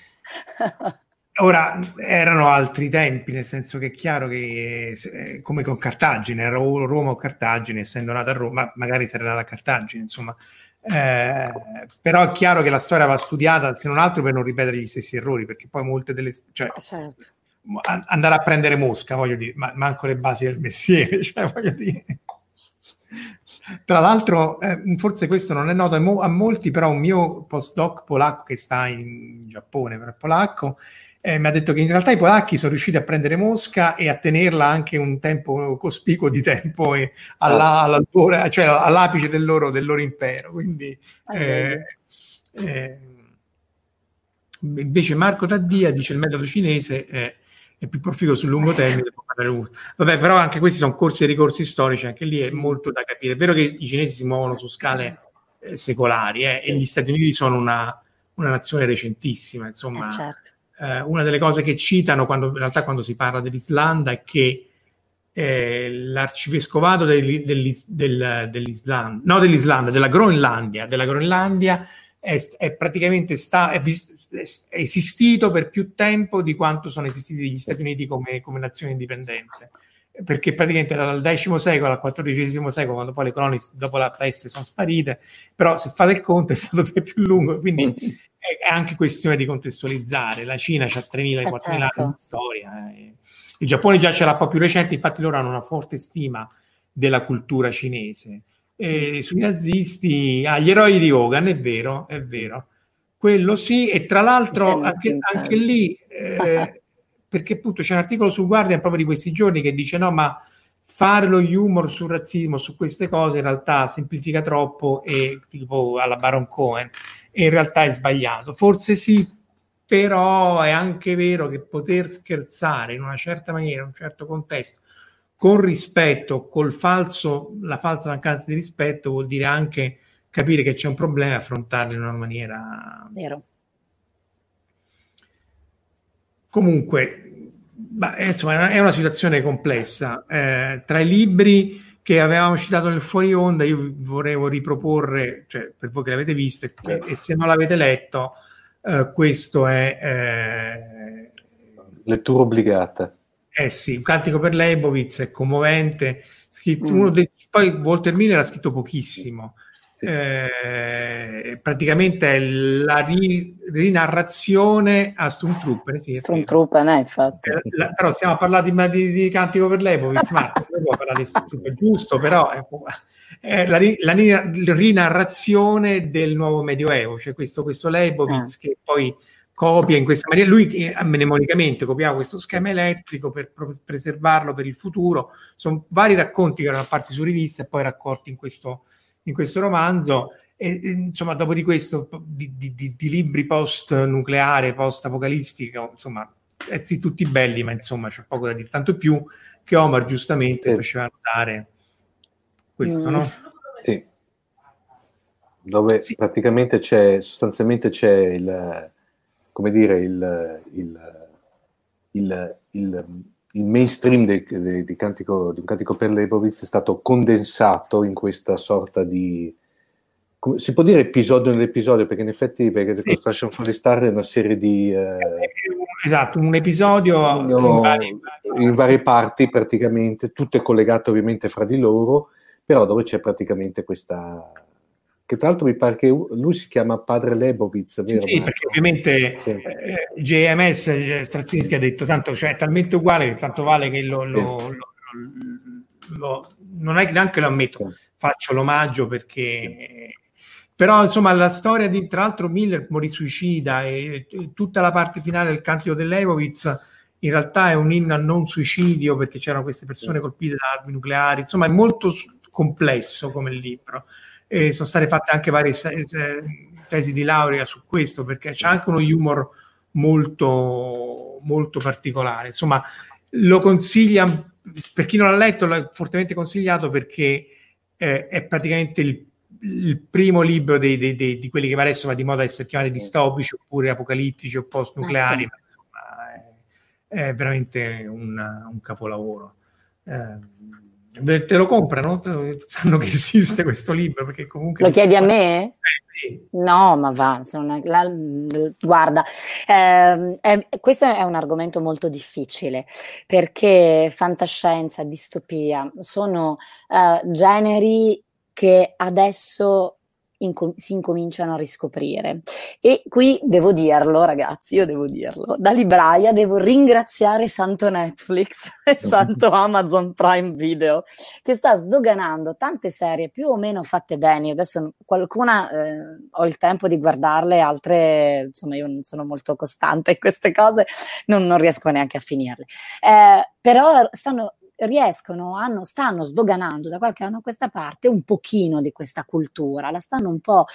Ora, erano altri tempi, nel senso che è chiaro che eh, come con Cartagine, era Roma o Cartagine, essendo nata a Roma, magari sarebbe nata a Cartagine, insomma. Eh, però è chiaro che la storia va studiata, se non altro per non ripetere gli stessi errori, perché poi molte delle... Cioè, certo. andare a prendere Mosca, voglio dire, ma manco le basi del mestiere, cioè voglio dire. Tra l'altro, eh, forse questo non è noto a, mo- a molti, però un mio postdoc polacco che sta in Giappone, però è polacco, eh, mi ha detto che in realtà i polacchi sono riusciti a prendere Mosca e a tenerla anche un tempo cospicuo di tempo e alla, alla, cioè all'apice del loro, del loro impero. Quindi eh, eh, invece Marco Taddia dice il metodo cinese è è più proficuo sul lungo termine. Vabbè, però anche questi sono corsi e ricorsi storici, anche lì è molto da capire. È vero che i cinesi si muovono su scale eh, secolari eh, e gli Stati Uniti sono una, una nazione recentissima, insomma. Eh, certo. eh, una delle cose che citano quando, in realtà quando si parla dell'Islanda è che eh, l'arcivescovato degli, degli, del, dell'Islanda, no dell'Islanda, della Groenlandia, della Groenlandia è, è praticamente sta, è, è esistito per più tempo di quanto sono esistiti gli Stati Uniti come, come nazione indipendente. perché praticamente era dal decimo secolo al quattordicesimo secolo, quando poi le colonie dopo la peste sono sparite, però se fate il conto è stato più lungo, quindi è anche questione di contestualizzare. La Cina ha tremila quattromila certo. anni di storia, eh. Il Giappone già ce l'ha un po' più recente, infatti loro hanno una forte stima della cultura cinese. E sui nazisti, ah, gli eroi di Hogan, è vero, è vero, quello sì, e tra l'altro anche, anche lì, eh, perché appunto c'è un articolo sul Guardian proprio di questi giorni che dice no, ma fare lo humor sul razzismo, su queste cose in realtà semplifica troppo, e tipo alla Baron Cohen, e in realtà è sbagliato. Forse sì, però è anche vero che poter scherzare in una certa maniera, in un certo contesto, con rispetto, col falso, la falsa mancanza di rispetto, vuol dire anche capire che c'è un problema e affrontarlo in una maniera... Vero. Comunque, ma, insomma, è una situazione complessa. Eh, tra i libri che avevamo citato nel fuori onda, io volevo riproporre, cioè per voi che l'avete visto, e, e se non l'avete letto, eh, questo è... Eh, lettura obbligata. Eh sì, Un cantico per Leibowitz è commovente, scritto, Mm. uno dei, poi Walter Miller ha scritto pochissimo, Sì. eh, praticamente è la ri, rinarrazione a Stormtrooper, sì, è vero. Stormtrooper, eh, infatti. Eh, la- però stiamo a parlare di, di, di Cantico per Leibowitz, ma non può parlare di Stormtrooper, giusto, però è, è la, ri- la ri- rinarrazione del nuovo Medioevo, cioè questo, questo Leibowitz che poi copia in questa maniera, lui eh, mnemonicamente copiava questo schema elettrico per pro- preservarlo per il futuro. Sono vari racconti che erano apparsi su riviste e poi raccolti in questo, in questo romanzo, e, e insomma dopo di questo di, di, di, di libri post nucleare, post apocalistico, insomma eh, sì, tutti belli, ma insomma c'è poco da dire, tanto più che Omar giustamente Sì. faceva notare questo, Mm. no? Sì. Dove Sì. praticamente c'è, sostanzialmente c'è il, come dire, il, il, il, il, il mainstream del, del, di, cantico, di Un cantico per Leibowitz è stato condensato in questa sorta di, come, si può dire episodio nell'episodio, perché in effetti perché Sì. Construction for the Star è una serie di eh, esatto, un episodio ognuno- in vari, in varie parti praticamente, tutte collegate ovviamente fra di loro, però dove c'è praticamente questa, che tra l'altro mi pare che lui si chiama Padre Leibowitz, Sì, vero? sì, perché ovviamente Sì. eh, J M S eh, Straczynski ha detto tanto, cioè è talmente uguale che tanto vale che lo, lo, lo, lo- lo- non è neanche lo ammetto, Sì. faccio l'omaggio perché però insomma la storia di, tra l'altro Miller morì suicida, e, e tutta la parte finale del Cantico del Leibowitz in realtà è un inno a non suicidio, perché c'erano queste persone colpite da armi nucleari, insomma è molto s- complesso come libro. E sono state fatte anche varie se- se- tesi di laurea su questo, perché c'è anche uno humor molto, molto particolare. Insomma, lo consiglia, per chi non l'ha letto, l'ho fortemente consigliato, perché eh, è praticamente il, il primo libro dei, dei, dei, di quelli che adesso va di moda essere chiamati distopici oppure apocalittici o post-nucleari, Ah, sì. ma insomma è, è veramente un, un capolavoro. Eh, te lo comprano? Sanno che esiste questo libro? Perché comunque Lo chiedi a me? Eh, sì. No, ma va, sono- la- guarda, ehm, è- questo è un argomento molto difficile, perché fantascienza, distopia sono eh, generi che adesso inco- si incominciano a riscoprire. E qui devo dirlo, ragazzi, io devo dirlo, da libraia devo ringraziare santo Netflix e santo Amazon Prime Video, che sta sdoganando tante serie più o meno fatte bene. Adesso qualcuna eh, ho il tempo di guardarle, altre insomma io non sono molto costante in queste cose, non, non riesco neanche a finirle. Eh, però stanno riescono, hanno, stanno sdoganando da qualche anno a questa parte un pochino di questa cultura, la stanno un po'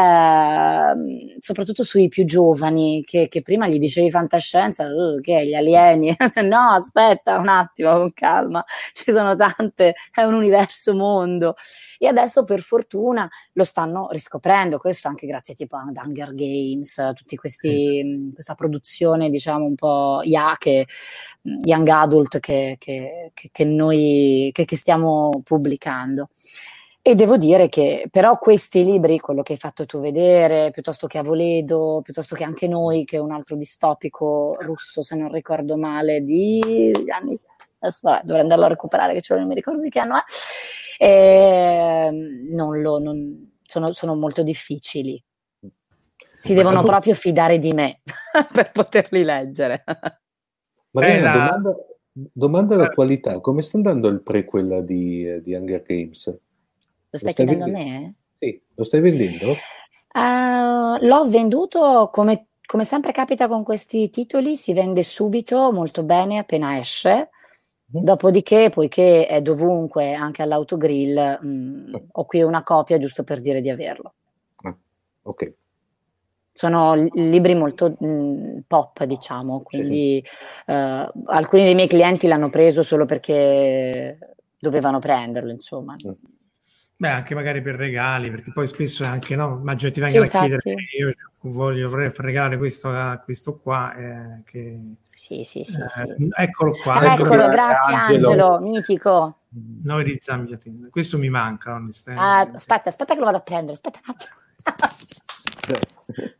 eh, soprattutto sui più giovani, che, che prima gli dicevi fantascienza, uh, che è, gli alieni, no aspetta un attimo con calma, ci sono tante, è un universo mondo, e adesso per fortuna lo stanno riscoprendo, questo anche grazie tipo ad Hunger Games, a tutti questi, questa produzione diciamo un po' ya, che, young adult che, che, che, che noi che, che stiamo pubblicando. E devo dire che però questi libri, quello che hai fatto tu vedere, piuttosto che Avoledo, piuttosto che anche Noi, che è un altro distopico russo, se non ricordo male, di anni adesso vabbè, dovrei andarlo a recuperare, che ce l'ho, non mi ricordo di che anno è. E non lo, non, sono, sono molto difficili. Si devono Ma proprio fidare di me per poterli leggere. Mariana, la... domanda, domanda d'attualità, come sta andando il prequel di, di Hunger Games? Lo Lo stai stai chiedendo vendendo? a me? Sì, lo stai vendendo? Uh, l'ho venduto come, come sempre capita con questi titoli, si vende subito, molto bene, appena esce. Dopodiché, poiché è dovunque, anche all'autogrill, mh, ho qui una copia giusto per dire di averlo. Ah, ok. Sono li- libri molto mh, pop, diciamo, quindi Sì, eh, alcuni dei miei clienti l'hanno preso solo perché dovevano prenderlo, insomma. sì. Beh, anche magari per regali, perché poi spesso è anche, no, immagino ti Sì, vengono a chiedere, infatti. io voglio vorrei far regalare questo a questo qua, eh, che, Sì, sì, sì, eh, sì. eccolo qua. Ah, Ecco eccolo, che grazie Angelo- Angelo, mitico. Noi di Zambiatin. Questo mi manca, onestamente. Ah, aspetta, aspetta che lo vado a prendere, aspetta un attimo.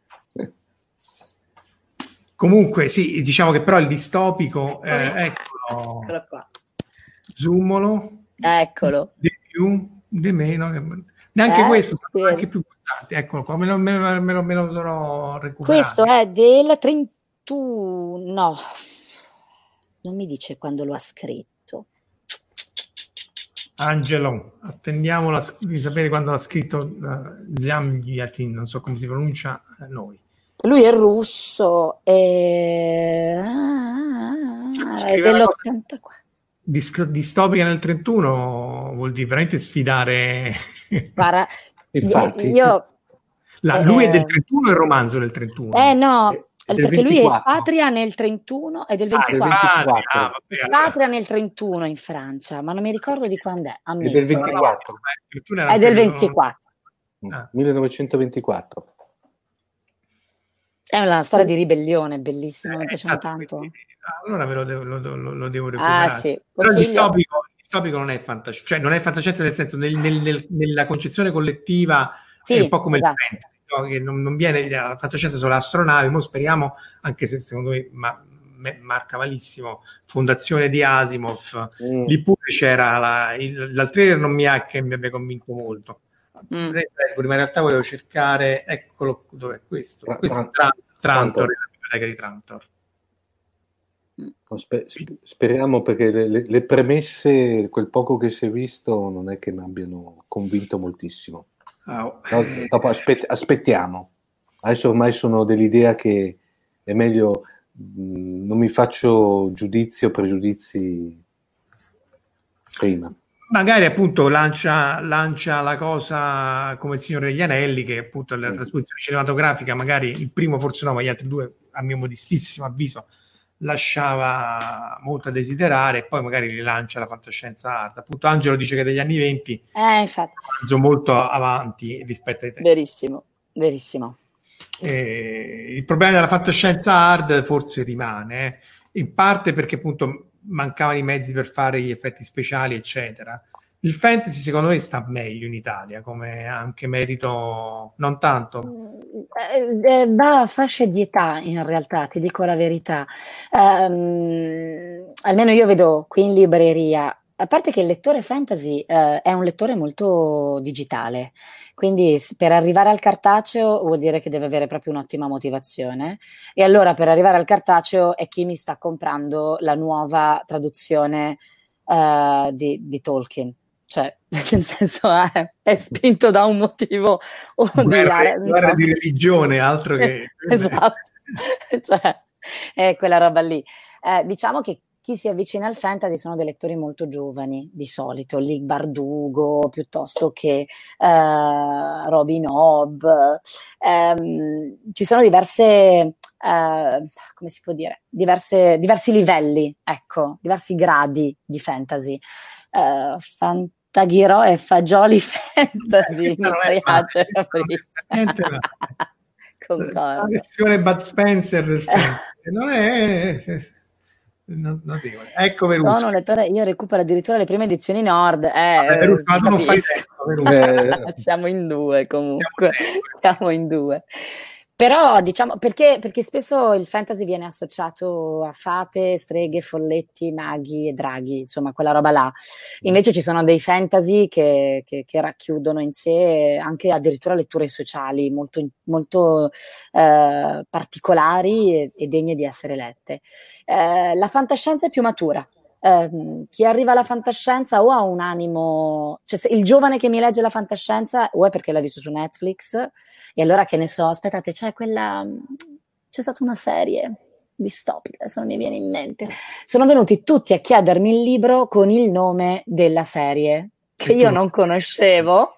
Comunque, sì, diciamo che però il distopico, eh, eccolo, Eccolo qua. zoomolo, Eccolo. di più, di meno, che- neanche Eh, questo, sì. sono anche più costanti. Eccolo qua, me lo, me lo- me lo- me lo dovrò recuperare. Questo è del trentuno, no, non mi dice quando lo ha scritto. Angelo, attendiamo la- di sapere quando l'ha scritto uh, Zambiatin, non so come si pronuncia, eh, noi. Lui è russo e... ah, è Scrive una cosa- dell'ottantaquattro. Dis- distopica nel trentuno vuol dire veramente sfidare. Guarda, Infatti. io... La- eh, lui è del trentuno e il romanzo del trentuno. Eh no, È del perché lui ventiquattro. espatria nel trentuno e del Ah, ventiquattro. espatria, ah, vabbè, Espatria nel trentuno in Francia, ma non mi ricordo di quando è. È ammetto. del ventiquattro. Il trentuno era È un del periodo- ventiquattro. Ah. millenovecentoventiquattro. È una storia di ribellione, bellissima, mi Eh, piacciono esatto, tanto. quindi, allora me lo devo, lo, lo- lo devo recuperare. Ah sì, Però il consiglio. distopico, il distopico non è fantascienza, cioè non è fantascienza nel senso nel- nel- nel- nella concezione collettiva Sì, è un po' come esatto. il fantasy, no? Che non, non viene la fantascienza sulle astronavi, mo speriamo, anche se secondo me, ma, me- marca malissimo, Fondazione di Asimov, Mm. lì pure c'era la, il, dal trailer non mi ha che mi abbia convinto molto. Mm. Ma in realtà volevo cercare, eccolo, dov'è questo? Tra- Questo è Tra- Tra- Trantor, Trantor. la biblioteca di Trantor. Spe- sp- speriamo, perché le, le- le premesse, quel poco che si è visto, non è che mi abbiano convinto moltissimo. Ah, oh. No, dopo aspet- aspettiamo. Adesso ormai sono dell'idea che è meglio, mh, non mi faccio giudizi o pregiudizi prima. Magari appunto lancia, lancia la cosa come il Signore degli Anelli, che appunto la Mm. trasposizione cinematografica, magari il primo forse no, ma gli altri due, a mio modestissimo avviso, lasciava molto a desiderare, e poi magari rilancia la fantascienza hard. Appunto Angelo dice che degli anni venti Eh, infatti, è molto avanti rispetto ai tempi. verissimo, verissimo. Eh, il problema della fantascienza hard forse rimane, eh, in parte perché appunto mancavano i mezzi per fare gli effetti speciali, eccetera. Il fantasy secondo me sta meglio in Italia, come anche merito, non tanto. Eh, eh, va a fasce di età, in realtà, ti dico la verità. Ehm, almeno io vedo qui in libreria, a parte che il lettore fantasy eh, è un lettore molto digitale, quindi s- per arrivare al cartaceo vuol dire che deve avere proprio un'ottima motivazione, e allora per arrivare al cartaceo è chi mi sta comprando la nuova traduzione eh, di, di Tolkien. Cioè, nel senso è, è spinto da un motivo o di Guerre, are- guerre no. di religione, altro che... Esatto, cioè, è quella roba lì. Eh, diciamo che chi si avvicina al fantasy sono dei lettori molto giovani, di solito, Lig Bardugo, piuttosto che eh, Robin Hobb. Ehm, ci sono diverse, eh, come si può dire, diverse, diversi livelli, ecco, diversi gradi di fantasy. Eh, Fantaghiro e Fagioli Fantasy, Eh, mi non è piace. male, niente male. La Concordo. versione Bud Spencer del fantasy non è... non- notevole. Ecco Verusca. Sono un lettore, io recupero addirittura le prime edizioni Nord. Eh, Vabbè, Verusca, ma tu non fai capisco. tempo, Verusca. Eh, Siamo in due comunque, siamo in due. Però diciamo perché, perché spesso il fantasy viene associato a fate, streghe, folletti, maghi e draghi, insomma quella roba là. Invece ci sono dei fantasy che, che, che racchiudono in sé anche addirittura letture sociali molto, molto eh, particolari e, e degne di essere lette. Eh, la fantascienza è più matura. Uh, chi arriva alla fantascienza o ha un animo, cioè se il giovane che mi legge la fantascienza o è perché l'ha visto su Netflix e allora che ne so, aspettate, c'è quella, c'è stata una serie distopica, adesso non mi viene in mente, sono venuti tutti a chiedermi il libro con il nome della serie che io non conoscevo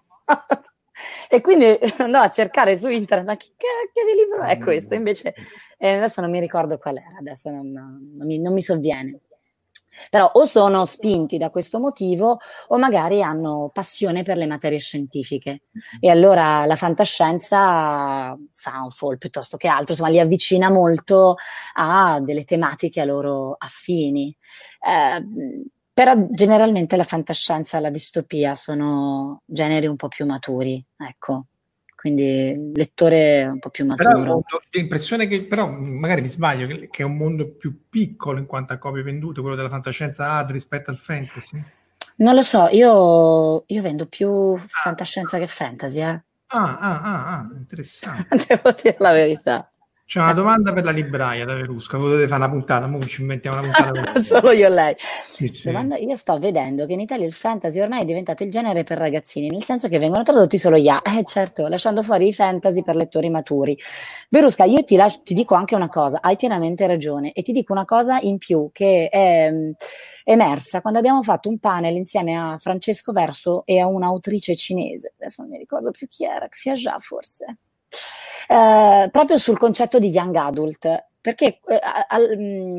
e quindi andò a cercare su internet, ma che cacchio di libro è questo? Invece eh, adesso non mi ricordo qual era, adesso non, non, mi, non mi sovviene. Però o sono spinti da questo motivo o magari hanno passione per le materie scientifiche e allora la fantascienza, Soundfall piuttosto che altro, insomma li avvicina molto a delle tematiche a loro affini. Eh, però generalmente la fantascienza e la distopia sono generi un po' più maturi, ecco. Quindi lettore un po' più maturo. Però ho l'impressione che, però magari mi sbaglio, che, che è un mondo più piccolo in quanto a copie vendute, quello della fantascienza hard rispetto al fantasy. Non lo so, io, io vendo più ah. fantascienza che fantasy, eh. Ah, ah, ah, ah, interessante. Devo dire la verità. C'è una domanda per la libraia da Verusca, potete fare una puntata, mo ci inventiamo una puntata. Solo io e lei. Sì, sì. Domanda, io sto vedendo che in Italia il fantasy ormai è diventato il genere per ragazzini, nel senso che vengono tradotti solo gli A, eh certo, lasciando fuori i fantasy per lettori maturi. Verusca, io ti, lascio, ti dico anche una cosa, hai pienamente ragione, e ti dico una cosa in più che è emersa quando abbiamo fatto un panel insieme a Francesco Verso e a un'autrice cinese, adesso non mi ricordo più chi era, Xia Jia forse. Eh, proprio sul concetto di young adult, perché eh, al,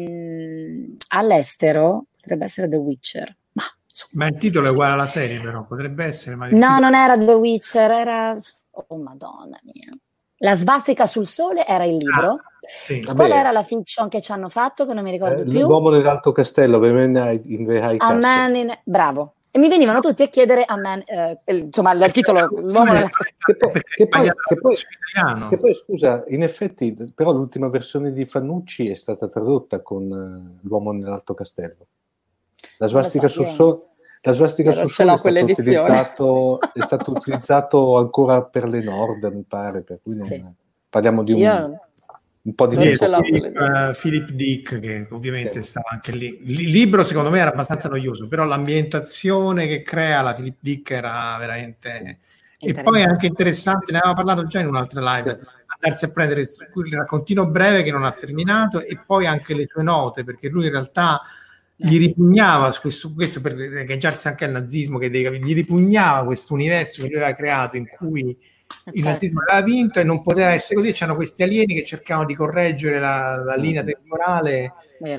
mh, all'estero potrebbe essere The Witcher, ma, ma il titolo è uguale alla serie, però potrebbe essere. Ma no, titolo... non era The Witcher, era oh madonna mia, La svastica sul sole era il libro. Ah, sì. Qual Vabbè. era la fiction che ci hanno fatto che non mi ricordo Eh, più? L'uomo nell'alto castello, The Man in the High A Castle. Man in... bravo. E mi venivano tutti a chiedere a Man, eh, insomma il titolo l'uomo nella... Che poi, che, poi, che, poi, che poi, scusa, in effetti, però l'ultima versione di Fannucci è stata tradotta con uh, l'uomo nell'alto castello. La svastica so, sul sole, la svastica sul sole è, stato utilizzato, è stato utilizzato ancora per le Nord, mi pare, per cui non, sì. Parliamo di un, io... un po' di tempo. Philip, uh, Philip Dick, che ovviamente sì. stava anche lì. Il libro secondo me era abbastanza noioso, però l'ambientazione che crea la Philip Dick era veramente... E poi è anche interessante, ne avevamo parlato già in un'altra live, sì. andarsi a prendere il raccontino breve che non ha terminato e poi anche le sue note, perché lui in realtà eh, gli sì. ripugnava questo, questo per legaggiarsi anche al nazismo, che gli ripugnava questo universo che lui aveva creato in cui il certo. nazismo aveva vinto e non poteva essere così. C'erano questi alieni che cercavano di correggere la, la linea temporale, e,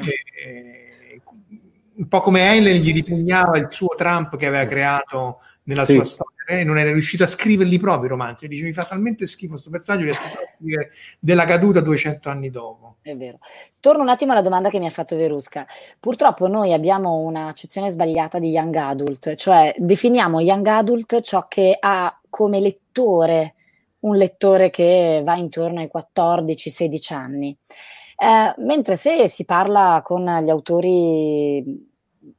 e, un po' come Heinlein gli ripugnava il suo Trump che aveva creato nella sì. sua storia, eh? non era riuscito a scriverli proprio i romanzi, e dice mi fa talmente schifo questo personaggio che riesco a scrivere della caduta duecento anni dopo. È vero. Torno un attimo alla domanda che mi ha fatto Verusca. Purtroppo noi abbiamo un'accezione sbagliata di young adult, cioè definiamo young adult ciò che ha come lettore un lettore che va intorno ai quattordici sedici anni, eh, mentre se si parla con gli autori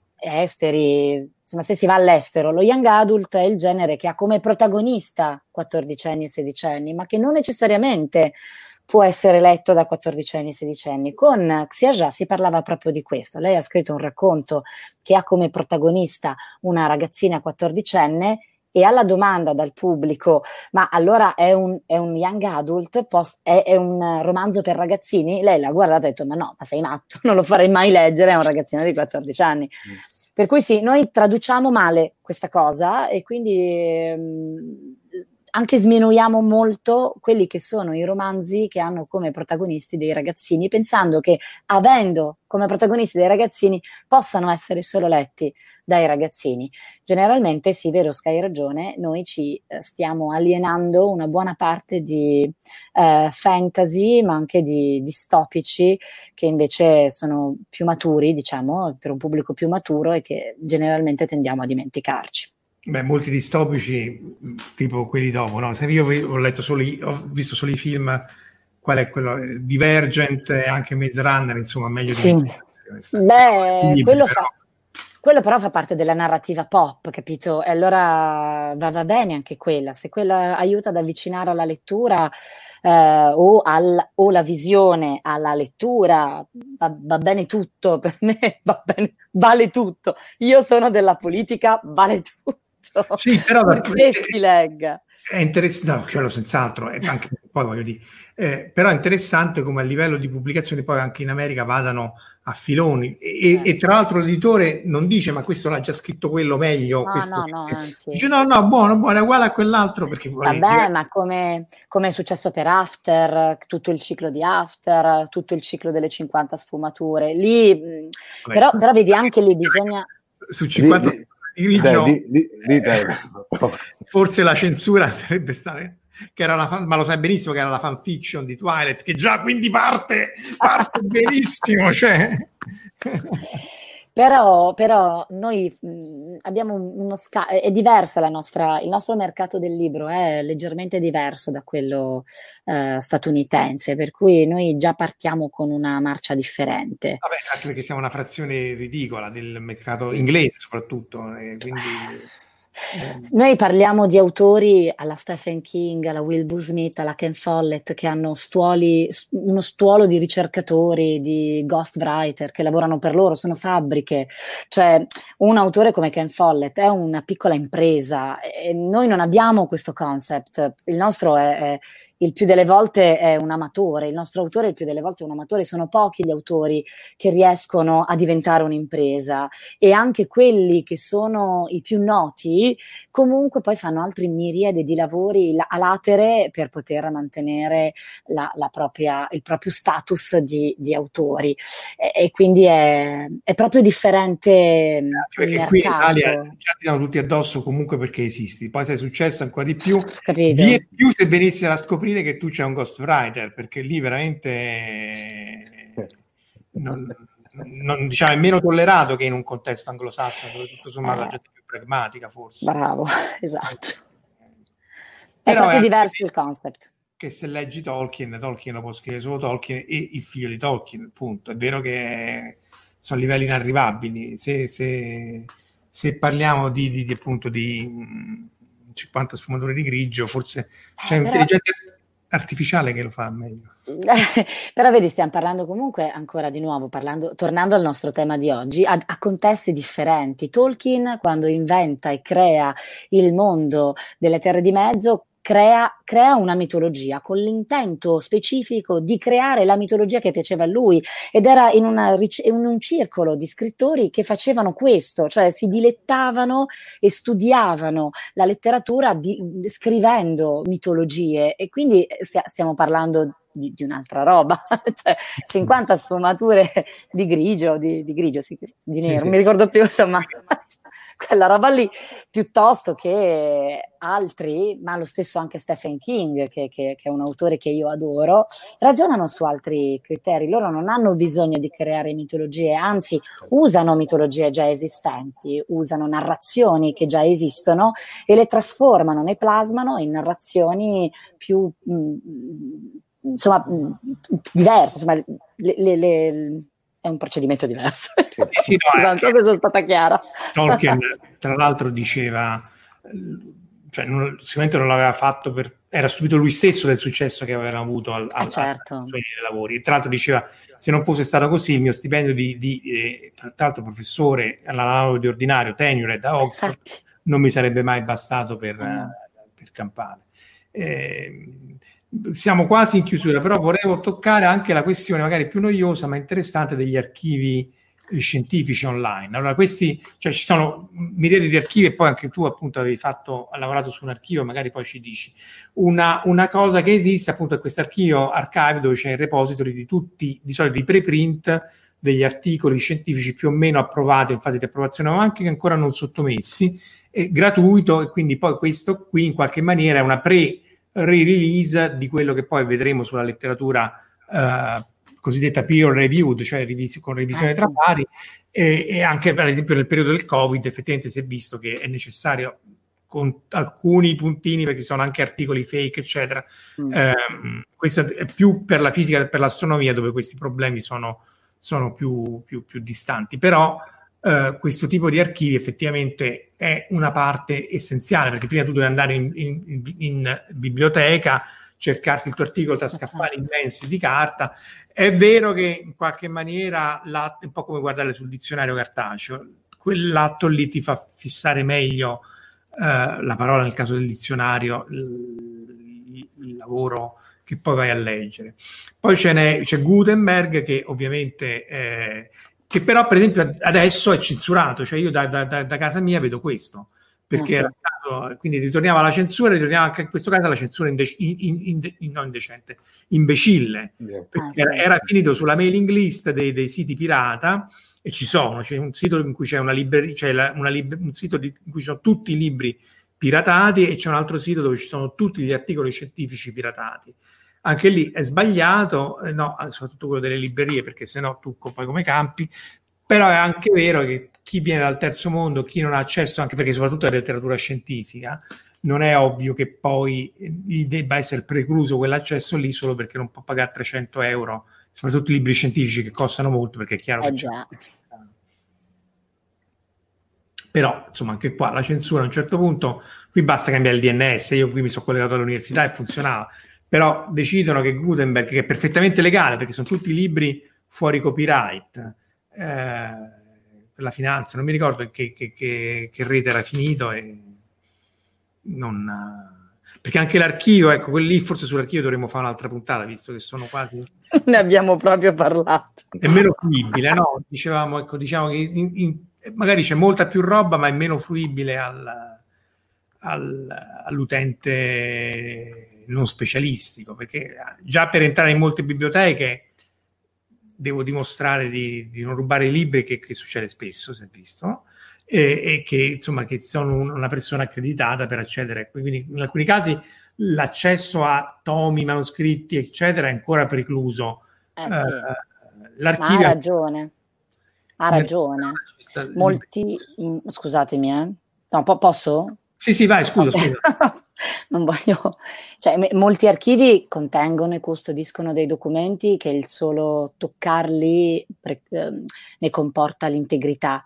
esteri, insomma se si va all'estero, lo young adult è il genere che ha come protagonista quattordicenni e sedicenni, ma che non necessariamente può essere letto da quattordicenni e sedicenni. Con Xia Jia si parlava proprio di questo. Lei ha scritto un racconto che ha come protagonista una ragazzina quattordicenne e alla domanda dal pubblico, ma allora è un, è un young adult, post, è, è un romanzo per ragazzini? Lei l'ha guardata e ha detto, ma no, ma sei matto, non lo farei mai leggere a un ragazzino di quattordici anni. Mm. Per cui sì, noi traduciamo male questa cosa e quindi ehm, anche sminuiamo molto quelli che sono i romanzi che hanno come protagonisti dei ragazzini, pensando che avendo come protagonisti dei ragazzini possano essere solo letti dai ragazzini. Generalmente, sì, vero, hai ragione, noi ci eh, stiamo alienando una buona parte di eh, fantasy, ma anche di distopici, che invece sono più maturi, diciamo, per un pubblico più maturo e che generalmente tendiamo a dimenticarci. Beh, molti distopici, tipo quelli dopo, no? Se io ho letto solo, ho visto solo i film qual è quello, Divergent e anche Maze Runner, insomma, meglio sì. di Beh, libri, quello però. fa... Quello però fa parte della narrativa pop, capito? E allora va, va bene anche quella. Se quella aiuta ad avvicinare alla lettura eh, o, al, o la visione alla lettura, va, va bene tutto, per me va bene, vale tutto. Io sono della politica, vale tutto. Sì, però perché si legga. È interessante, no, quello senz'altro, è anche, poi voglio dire, eh, però è interessante come a livello di pubblicazione poi anche in America vadano a filoni e, eh. e tra l'altro l'editore non dice ma questo l'ha già scritto quello meglio, no, questo no, no, anzi. Dice no, no, buono, buono, è uguale a quell'altro perché vabbè, dire... ma come, come è successo per After, tutto il ciclo di After, tutto il ciclo delle cinquanta sfumature, lì però, però vedi anche lì bisogna su cinquanta di, di, dai, di, di, di, dai. Forse la censura sarebbe stata che era una fan, ma lo sai benissimo che era la fanfiction di Twilight, che già quindi parte, parte benissimo, cioè. Però, però noi mh, abbiamo uno sca- è diversa la nostra, il nostro mercato del libro è leggermente diverso da quello eh, statunitense, per cui noi già partiamo con una marcia differente. Vabbè, anche perché siamo una frazione ridicola del mercato inglese soprattutto, eh, quindi... Noi parliamo di autori alla Stephen King, alla Will Booth Smith, alla Ken Follett, che hanno stuoli, uno stuolo di ricercatori, di ghostwriter che lavorano per loro, sono fabbriche. Cioè, un autore come Ken Follett è una piccola impresa e noi non abbiamo questo concept. Il nostro è, è il più delle volte è un amatore, il nostro autore il più delle volte è un amatore, sono pochi gli autori che riescono a diventare un'impresa e anche quelli che sono i più noti comunque poi fanno altri miriade di lavori a latere per poter mantenere la, la propria, il proprio status di, di autori e, e quindi è, è proprio differente perché il qui in mercato. Italia già ti danno tutti addosso comunque perché esisti, poi sei successo ancora di più, capito? Di più se venissero a scoprire che tu c'è un ghostwriter, perché lì veramente non, non, diciamo, è meno tollerato che in un contesto anglosassone dove tutto sommato eh. la gente è più pragmatica forse. Bravo, esatto. È Però proprio è diverso il concept. Che se leggi Tolkien, Tolkien lo può scrivere solo Tolkien e il figlio di Tolkien, punto. È vero che sono livelli inarrivabili. Se, se, se parliamo di, di, di appunto di cinquanta sfumature di grigio, forse c'è eh, un'intelligenza però... artificiale che lo fa meglio. Però vedi, stiamo parlando comunque ancora di nuovo, parlando, tornando al nostro tema di oggi, a, a contesti differenti. Tolkien, quando inventa e crea il mondo delle Terre di Mezzo, Crea, crea una mitologia con l'intento specifico di creare la mitologia che piaceva a lui ed era in, una, in un circolo di scrittori che facevano questo, cioè si dilettavano e studiavano la letteratura di, scrivendo mitologie e quindi stiamo parlando di, di un'altra roba, cioè cinquanta sfumature di grigio, di, di grigio, sì, di nero, sì, sì. Non mi ricordo più, insomma... quella roba lì, piuttosto che altri, ma lo stesso anche Stephen King, che, che, che è un autore che io adoro, ragionano su altri criteri. Loro non hanno bisogno di creare mitologie, anzi usano mitologie già esistenti, usano narrazioni che già esistono e le trasformano, ne plasmano in narrazioni più mh, insomma mh, diverse, insomma le, le, le è un procedimento diverso. Sì, sì, no, non so se sono stata chiara. Tolkien, tra l'altro, diceva, cioè, non, sicuramente non l'aveva fatto per, era stupito lui stesso del successo che avevano avuto al, al, eh certo. ai suoi lavori. Tra l'altro diceva, se non fosse stato così, il mio stipendio di, di eh, tra l'altro professore alla laurea di ordinario, tenured a Oxford, Infatti. non mi sarebbe mai bastato per, mm. per campare. Eh, Siamo quasi in chiusura, però volevo toccare anche la questione magari più noiosa ma interessante degli archivi eh, scientifici online. Allora questi, cioè ci sono miriadi di archivi e poi anche tu appunto avevi fatto, hai lavorato su un archivio, magari poi ci dici. Una, una cosa che esiste appunto è questo archivio archive dove c'è il repository di tutti, di solito i preprint degli articoli scientifici più o meno approvati in fase di approvazione ma anche che ancora non sottomessi, è gratuito e quindi poi questo qui in qualche maniera è una pre re-release di quello che poi vedremo sulla letteratura eh, cosiddetta peer reviewed, cioè rivisi- con revisione ah, tra sì. pari e, e anche per esempio nel periodo del Covid effettivamente si è visto che è necessario con alcuni puntini, perché ci sono anche articoli fake, eccetera. Mm. Eh, questo è più per la fisica e per l'astronomia, dove questi problemi sono, sono più, più, più distanti. Però eh, questo tipo di archivi effettivamente è una parte essenziale, perché prima tu devi andare in, in, in, in biblioteca, cercarti il tuo articolo tra scaffali immensi di carta. È vero che in qualche maniera l'atto, è un po' come guardare sul dizionario cartaceo, quell'atto lì ti fa fissare meglio uh, la parola nel caso del dizionario, il, il lavoro che poi vai a leggere. Poi ce n'è, c'è Gutenberg, che ovviamente eh, che però per esempio adesso è censurato, cioè io da, da, da casa mia vedo questo, perché ah, sì. era stato, quindi ritorniamo alla censura, ritorniamo anche in questo caso alla censura inde- in, in, in, non indecente, imbecille, yeah. perché ah, sì. era, era finito sulla mailing list dei, dei siti pirata, e ci sono, c'è un sito in cui c'è una libreria, c'è la, una lib- un sito di, in cui ci sono tutti i libri piratati, e c'è un altro sito dove ci sono tutti gli articoli scientifici piratati. Anche lì è sbagliato, eh, no, soprattutto quello delle librerie, perché sennò tu poi come campi. Però è anche vero che chi viene dal terzo mondo, chi non ha accesso, anche perché soprattutto alla letteratura scientifica, non è ovvio che poi gli debba essere precluso quell'accesso lì solo perché non può pagare trecento euro, soprattutto i libri scientifici che costano molto, perché è chiaro eh che già. Però insomma anche qua la censura a un certo punto, qui basta cambiare il D N S, io qui mi sono collegato all'università e funzionava, però decidono che Gutenberg, che è perfettamente legale perché sono tutti libri fuori copyright, Eh, per la finanza, non mi ricordo che, che, che, che rete era finito, e non, perché anche l'archivio, ecco, quelli lì forse sull'archivio dovremmo fare un'altra puntata, visto che sono quasi ne abbiamo proprio parlato, è meno fruibile, no? Dicevamo, ecco, diciamo che in, in, magari c'è molta più roba, ma è meno fruibile al, al, all'utente non specialistico, perché già per entrare in molte biblioteche devo dimostrare di, di non rubare i libri, che, che succede spesso, si è visto, e, e che insomma che sono un, una persona accreditata per accedere. Quindi in alcuni casi l'accesso a tomi, manoscritti, eccetera, è ancora precluso. Eh sì. uh, l'archivio... Ma ha ragione, ha ragione. Molti, scusatemi, eh. No, po- posso? Sì, sì, vai, scusa, scusa. Non voglio, cioè, m- molti archivi contengono e custodiscono dei documenti che il solo toccarli pre- eh, ne comporta l'integrità,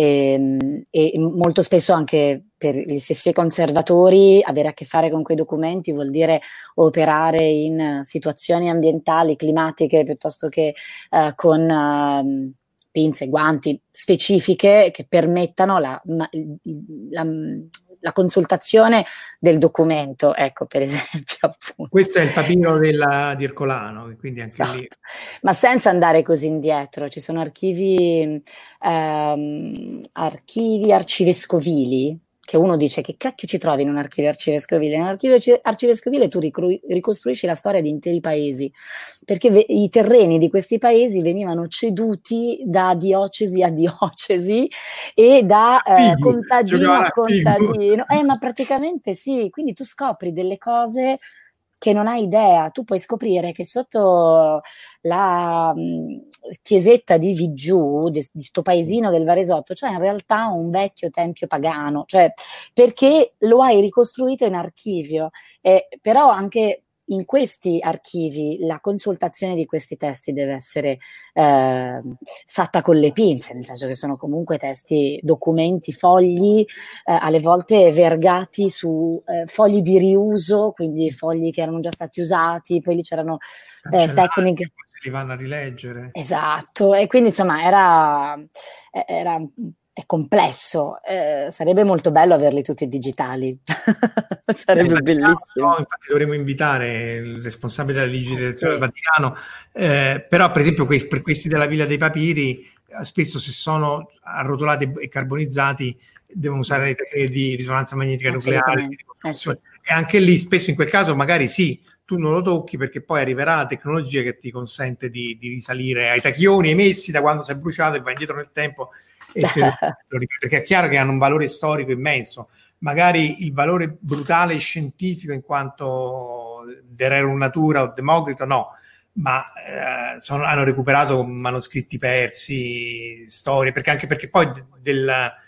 e, e molto spesso anche per gli stessi conservatori avere a che fare con quei documenti vuol dire operare in situazioni ambientali, climatiche, piuttosto che eh, con eh, pinze, guanti specifiche che permettano la, la, la la consultazione del documento, ecco, per esempio, appunto. Questo è il papiro della, di Ercolano, quindi anche esatto. lì. Ma senza andare così indietro, ci sono archivi, ehm, archivi arcivescovili, che uno dice che cacchio ci trovi in un archivio arcivescovile? In un archivio arcivescovile tu ricru- ricostruisci la storia di interi paesi, perché ve- i terreni di questi paesi venivano ceduti da diocesi a diocesi e da eh, contadino a contadino. Eh, ma praticamente sì, quindi tu scopri delle cose che non hai idea. Tu puoi scoprire che sotto la mh, chiesetta di Viggiù, di, di sto paesino del Varesotto, c'è in realtà un vecchio tempio pagano, cioè perché lo hai ricostruito in archivio, eh, però anche in questi archivi la consultazione di questi testi deve essere eh, fatta con le pinze, nel senso che sono comunque testi, documenti, fogli, eh, alle volte vergati su eh, fogli di riuso, quindi fogli che erano già stati usati, poi lì c'erano eh, tecniche. Li vanno a rileggere. Esatto, e quindi insomma era... era è complesso, eh, sarebbe molto bello averli tutti digitali, sarebbe eh, bellissimo. No, infatti dovremmo invitare il responsabile della digitalizzazione sì. del Vaticano, eh, però per esempio questi, per questi della Villa dei Papiri, spesso se sono arrotolati e carbonizzati devono usare le tecniche di risonanza magnetica nucleare, eh sì. e anche lì spesso in quel caso magari sì, tu non lo tocchi perché poi arriverà la tecnologia che ti consente di, di risalire ai tacchioni emessi da quando si è bruciato e vai indietro nel tempo. Perché è chiaro che hanno un valore storico immenso, magari il valore brutale scientifico in quanto De Rerum Natura o Democrito no, ma eh, sono, hanno recuperato manoscritti persi, storie, perché anche perché poi del,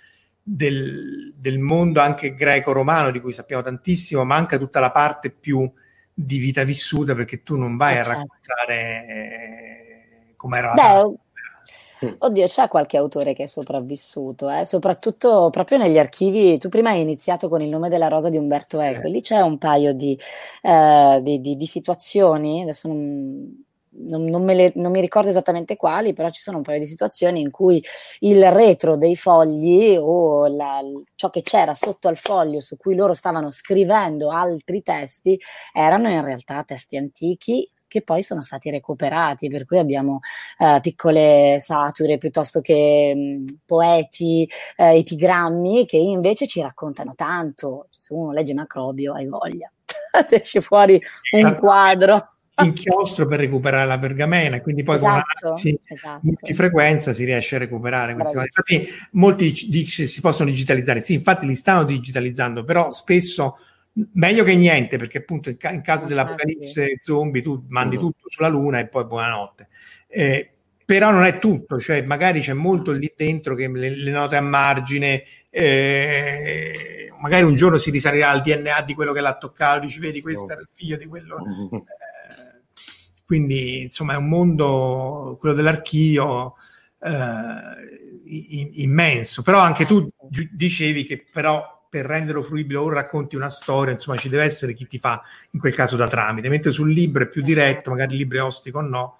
del, del mondo anche greco-romano, di cui sappiamo tantissimo, manca tutta la parte più di vita vissuta, perché tu non vai Eh, a certo. raccontare eh, com'era la Beh, tavola. o- oddio, c'è qualche autore che è sopravvissuto, eh? Soprattutto proprio negli archivi. Tu prima hai iniziato con Il nome della rosa di Umberto Eco, Eh. lì c'è un paio di, eh, di, di- di situazioni, adesso non, non- non me le- non mi ricordo esattamente quali, però ci sono un paio di situazioni in cui il retro dei fogli o la- ciò che c'era sotto al foglio su cui loro stavano scrivendo altri testi erano in realtà testi antichi che poi sono stati recuperati, per cui abbiamo eh, piccole satire piuttosto che mh, poeti, eh, epigrammi che invece ci raccontano tanto. Se uno legge Macrobio, hai voglia, esce fuori un quadro. Inchiostro per recuperare la pergamena, quindi poi con Esatto, un'analisi esatto. multifrequenza si riesce a recuperare queste cose. Bravissimo. Infatti molti dic- dice si possono digitalizzare, sì, infatti li stanno digitalizzando, però spesso meglio che niente, perché appunto in, ca- in caso Infatti. dell'apocalisse zombie tu mandi Mhm. tutto sulla luna e poi buonanotte. Eh, però non è tutto, cioè magari c'è molto lì dentro che le, le note a margine, eh, magari un giorno si risalirà al D N A di quello che l'ha toccato, dici vedi questo era il figlio di quello. Mhm. Eh, quindi insomma è un mondo, quello dell'archivio, eh, i- immenso, però anche tu gi- dicevi che però per renderlo fruibile o racconti una storia, insomma ci deve essere chi ti fa in quel caso da tramite, mentre sul libro è più diretto, magari il libro è ostico o no.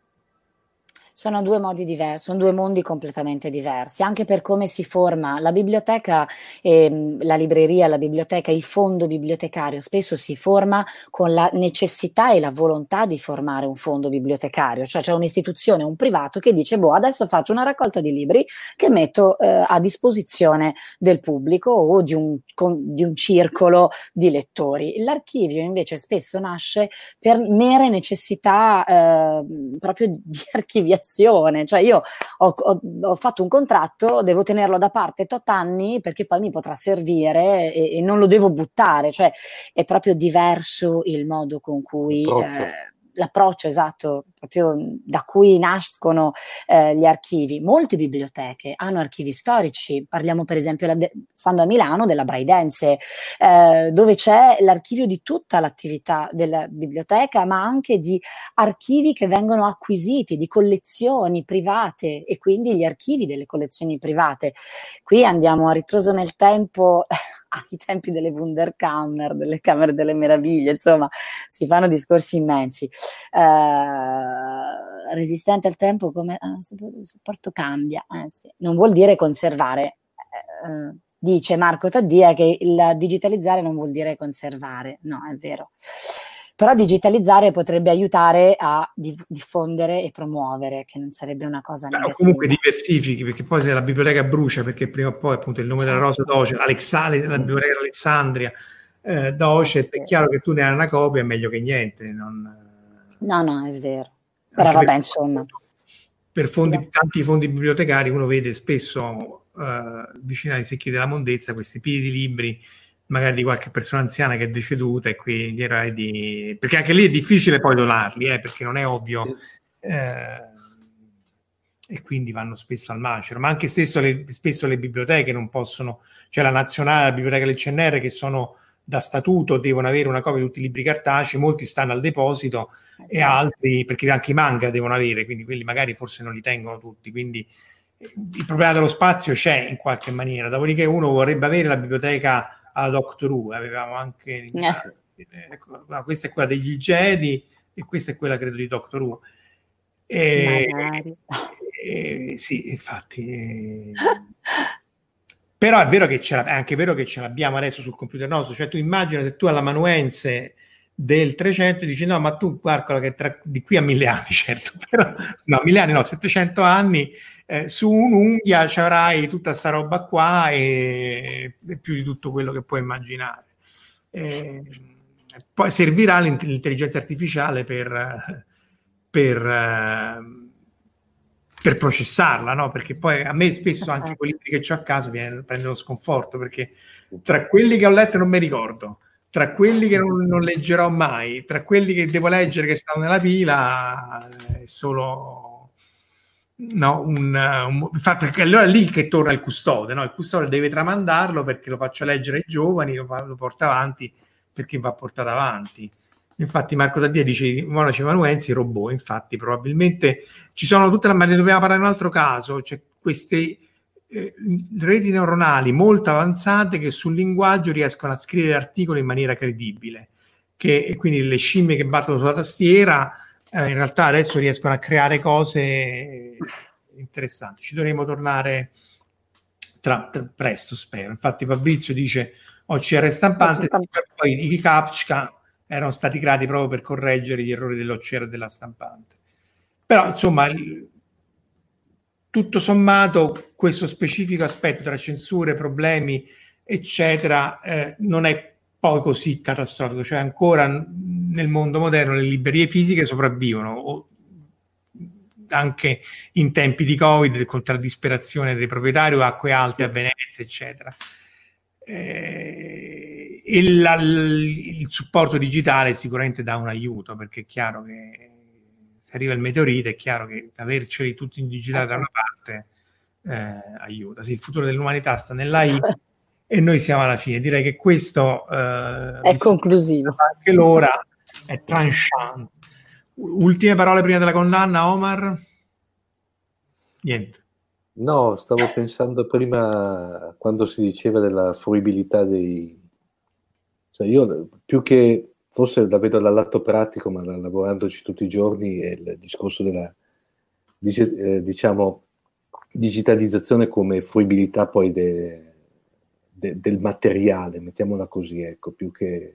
Sono due modi diversi, sono due mondi completamente diversi, anche per come si forma la biblioteca, ehm, la libreria, la biblioteca, il fondo bibliotecario spesso si forma con la necessità e la volontà di formare un fondo bibliotecario, cioè c'è un'istituzione, un privato che dice boh, adesso faccio una raccolta di libri che metto eh, a disposizione del pubblico o di un, con, di un circolo di lettori. L'archivio invece spesso nasce per mere necessità eh, proprio di archiviazione. Cioè io ho, ho, ho fatto un contratto, devo tenerlo da parte tot anni perché poi mi potrà servire e, e non lo devo buttare, cioè è proprio diverso il modo con cui L'approccio. eh, l'approccio, esatto, proprio da cui nascono eh, gli archivi. Molte biblioteche hanno archivi storici, parliamo per esempio, la de- stando a Milano, della Braidense, eh, dove c'è l'archivio di tutta l'attività della biblioteca, ma anche di archivi che vengono acquisiti, di collezioni private e quindi gli archivi delle collezioni private. Qui andiamo a ritroso nel tempo, ai tempi delle Wunderkammer, delle Camere delle Meraviglie, insomma, si fanno discorsi immensi. Eh, resistente al tempo come eh, supporto cambia, eh, sì. Non vuol dire conservare. Eh, dice Marco Taddia che il digitalizzare non vuol dire conservare, no, è vero. Però digitalizzare potrebbe aiutare a diff- diffondere e promuovere, che non sarebbe una cosa Beh, o negativa. comunque diversifichi, perché poi se la biblioteca brucia, perché prima o poi appunto il nome della rosa d'Oce, Alexale, la biblioteca di Alessandria, eh, d'Oce, è chiaro che tu ne hai una copia, è meglio che niente. Non... No, no, è vero. Però Anche vabbè, perché, insomma. per fondi, tanti fondi bibliotecari uno vede spesso eh, vicino ai secchi della mondezza questi piedi di libri, magari di qualche persona anziana che è deceduta, e qui gli eroi di... perché anche lì è difficile poi donarli, eh, perché non è ovvio, eh, e quindi vanno spesso al macero, ma anche stesso le, spesso le biblioteche non possono, cioè la nazionale, la biblioteca del C N R, che sono da statuto devono avere una copia di tutti i libri cartacei, molti stanno al deposito e Certo. altri, perché anche i manga devono avere, quindi quelli magari forse non li tengono tutti, quindi il problema dello spazio c'è in qualche maniera. Dopodiché uno vorrebbe avere la biblioteca alla Doctor Who, avevamo anche Eh. ecco, no, questa è quella degli Jedi e questa è quella credo di Doctor Who, e, Magari. e, sì, infatti eh, però è vero che ce l'ha, è anche vero che ce l'abbiamo adesso sul computer nostro, cioè tu immagina se tu all'amanuense del trecento dici no, ma tu calcola che tra, di qui a mille anni, certo, però no, mille anni no, settecento anni, eh, su un'unghia ci avrai tutta sta roba qua e, e più di tutto quello che puoi immaginare. E, poi servirà l'intelligenza artificiale per, per, per processarla, no? Perché poi a me spesso anche quelli che ho a casa viene, prende lo sconforto, perché tra quelli che ho letto non mi ricordo, tra quelli che non, non leggerò mai, tra quelli che devo leggere che stanno nella pila, è solo no, un, un, perché allora è lì che torna il custode, no? Il custode deve tramandarlo perché lo faccia leggere ai giovani, lo, lo porta avanti perché va portato avanti. Infatti Marco Daddia dice i monaci amanuensi robot, infatti probabilmente ci sono tutte le, ma ne dobbiamo parlare in un altro caso, cioè queste eh, reti neuronali molto avanzate che sul linguaggio riescono a scrivere articoli in maniera credibile, che e quindi le scimmie che battono sulla tastiera eh, in realtà adesso riescono a creare cose interessanti. Ci dovremo tornare tra, tra, presto, spero. Infatti Fabrizio dice O C R stampante, poi i CAPTCHA erano stati creati proprio per correggere gli errori dell'O C R della stampante. Però, insomma, il, tutto sommato, questo specifico aspetto tra censure, problemi, eccetera, eh, non è poi così catastrofico. Cioè, ancora nel mondo moderno le librerie fisiche sopravvivono, o anche in tempi di Covid, contro la disperazione dei proprietari o acque alte a Venezia, eccetera. Eh, e la, il supporto digitale sicuramente dà un aiuto, perché è chiaro che se arriva il meteorite è chiaro che averceli tutti in digitale da una parte eh, aiuta. Sì, il futuro dell'umanità sta nella I e noi siamo alla fine. Direi che questo eh, è conclusivo, anche l'ora è tranchant. Ultime parole prima della condanna, Omar? Niente. No, stavo pensando prima quando si diceva della fruibilità dei... Cioè io più che forse la vedo dal lato pratico, ma lavorandoci tutti i giorni, è il discorso della eh, diciamo digitalizzazione come fruibilità poi de, de, del materiale, mettiamola così, ecco, più che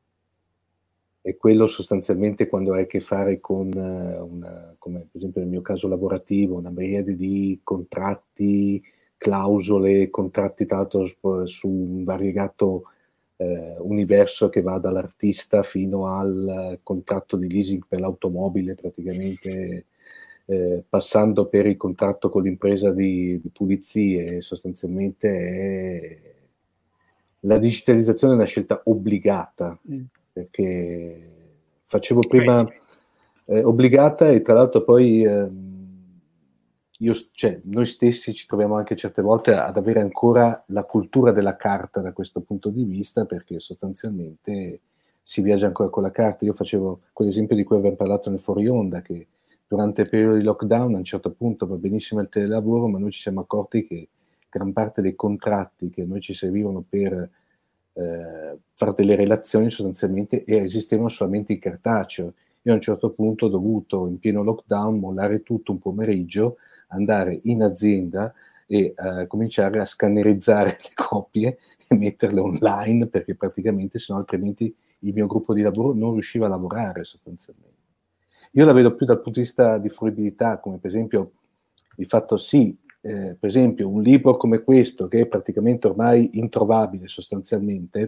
è quello sostanzialmente quando hai a che fare con una, come per esempio nel mio caso lavorativo, una miriade di contratti, clausole, contratti tra l'altro su un variegato eh, universo che va dall'artista fino al contratto di leasing per l'automobile, praticamente eh, passando per il contratto con l'impresa di, di pulizie. Sostanzialmente è, la digitalizzazione è una scelta obbligata, mm. perché facevo prima eh, obbligata e tra l'altro poi eh, io, cioè, noi stessi ci troviamo anche certe volte ad avere ancora la cultura della carta da questo punto di vista, perché sostanzialmente si viaggia ancora con la carta. Io facevo quell'esempio di cui abbiamo parlato nel fuori onda, che durante il periodo di lockdown a un certo punto va benissimo il telelavoro, ma noi ci siamo accorti che gran parte dei contratti che a noi ci servivano per eh, fare delle relazioni sostanzialmente esistevano solamente in cartaceo. Io a un certo punto ho dovuto in pieno lockdown mollare tutto un pomeriggio, andare in azienda e uh, cominciare a scannerizzare le copie e metterle online, perché praticamente sennò altrimenti il mio gruppo di lavoro non riusciva a lavorare sostanzialmente. Io la vedo più dal punto di vista di fruibilità, come per esempio il fatto sì, eh, per esempio un libro come questo che è praticamente ormai introvabile sostanzialmente,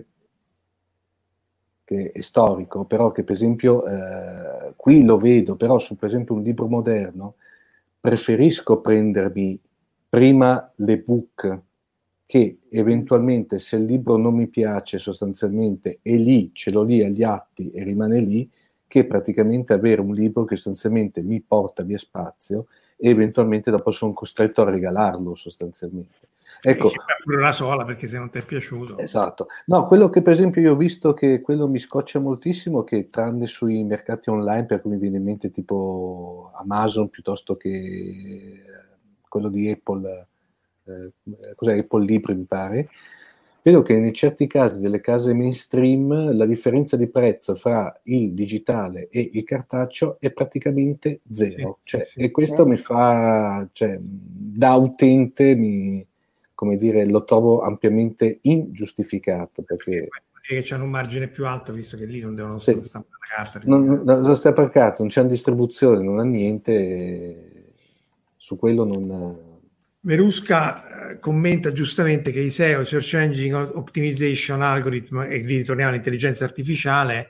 che è storico, però che per esempio eh, qui lo vedo, però su per esempio un libro moderno preferisco prendermi prima l'ebook, che eventualmente se il libro non mi piace sostanzialmente è lì, ce l'ho lì agli atti e rimane lì, che praticamente avere un libro che sostanzialmente mi porta via spazio e eventualmente dopo sono costretto a regalarlo sostanzialmente. Ecco, pure una sola, perché se non ti è piaciuto. Esatto. No, quello che per esempio io ho visto che quello mi scoccia moltissimo, che tranne sui mercati online, per cui mi viene in mente tipo Amazon piuttosto che quello di Apple, eh, cos'è, Apple Libri mi pare, vedo che in certi casi delle case mainstream la differenza di prezzo fra il digitale e il cartaceo è praticamente zero. Sì, cioè, sì, sì. E questo eh. mi fa, cioè, da utente mi... come dire, lo trovo ampiamente ingiustificato, perché che c'hanno un margine più alto, visto che lì non devono sì. stampare la carta. Non, non, non sta per carta, non c'è una distribuzione, non ha niente, su quello non... Verusca eh, commenta giustamente che i S E O, Search Engine Optimization Algorithm, e lì ritorniamo all'intelligenza artificiale,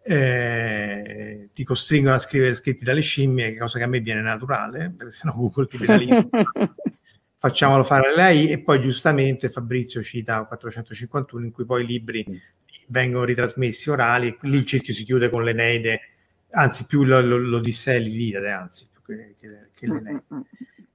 eh, ti costringono a scrivere scritti dalle scimmie, cosa che a me viene naturale, perché sennò Google ti penalizza. Facciamolo fare a lei. E poi giustamente Fabrizio cita quattrocentocinquantuno, in cui poi i libri vengono ritrasmessi orali e lì il cerchio si chiude con l'Eneide, anzi più l'Odissea e l'Iliade, anzi più che, che, che l'Eneide.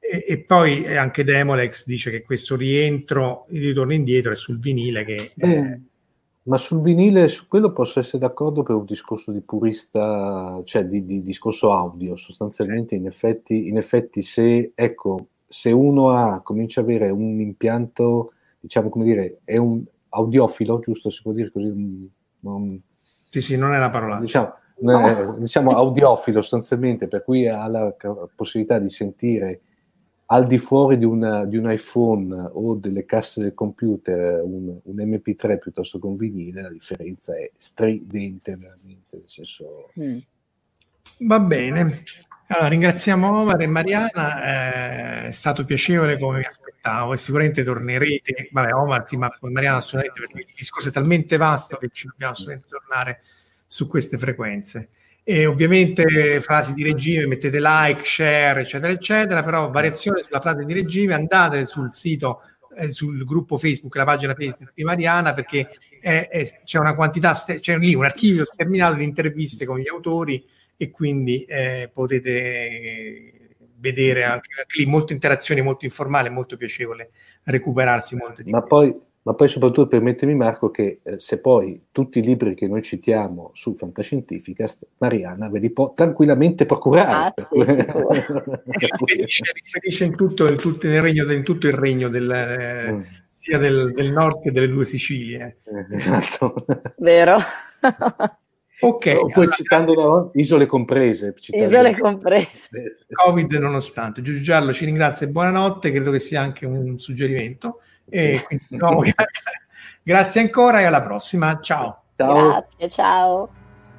E, e poi anche Demolex dice che questo rientro, il ritorno indietro è sul vinile che... Beh, eh, ma sul vinile, su quello posso essere d'accordo per un discorso di purista, cioè di, di discorso audio, sostanzialmente. Sì. in effetti, in effetti se, ecco, se uno ha, comincia a avere un impianto, diciamo, come dire, è un audiofilo, giusto, si può dire così? Un, un, sì, sì, non è la parola. Diciamo, no. eh, diciamo audiofilo sostanzialmente, per cui ha la possibilità di sentire al di fuori di, una, di un iPhone o delle casse del computer un, un emme pi tre piuttosto che un vinile, la differenza è stridente veramente, nel senso... Mm. Va bene, allora ringraziamo Omar e Mariana, eh, è stato piacevole come mi aspettavo e sicuramente tornerete, vabbè Omar sì, ma con Mariana assolutamente, perché il discorso è talmente vasto che ci dobbiamo assolutamente tornare su queste frequenze. E ovviamente frasi di regime, mettete like, share, eccetera, eccetera, però variazione sulla frase di regime, andate sul sito, eh, sul gruppo Facebook, la pagina Facebook di Mariana, perché è, è, c'è una quantità, c'è lì un archivio sterminato di interviste con gli autori e quindi eh, potete vedere anche lì molte interazioni, molto informale, molto piacevole recuperarsi molto di ma questo. Poi Ma poi soprattutto permettimi Marco che eh, se poi tutti i libri che noi citiamo su Fantascientificast, Mariana ve li può tranquillamente procurare. Ah, sì, sicuro. Riferisce in tutto, in tutto, nel regno, in tutto il regno del, eh, mm. sia del, del nord che delle due Sicilie. Eh, esatto. Vero. Ok. O poi allora, citando no, isole comprese. Isole comprese. Covid nonostante. Giulio Giallo ci ringrazia e buonanotte, credo che sia anche un suggerimento. E quindi, no, grazie ancora e alla prossima, ciao. Ciao. Grazie, ciao.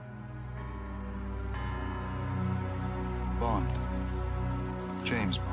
Bond. James Bond.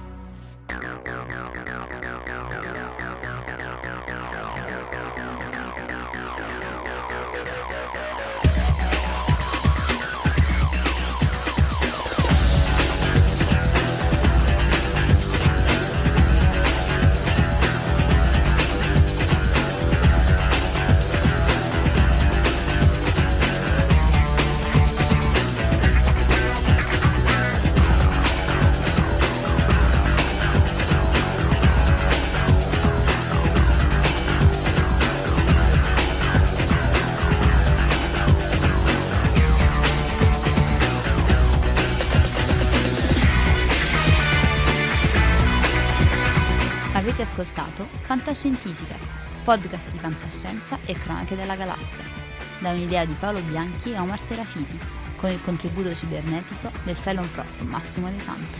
Avete ascoltato Fantascientificast, podcast di fantascienza e cronache della galassia, da un'idea di Paolo Bianchi e Omar Serafini, con il contributo cibernetico del Cylon Prof Massimo De Santo.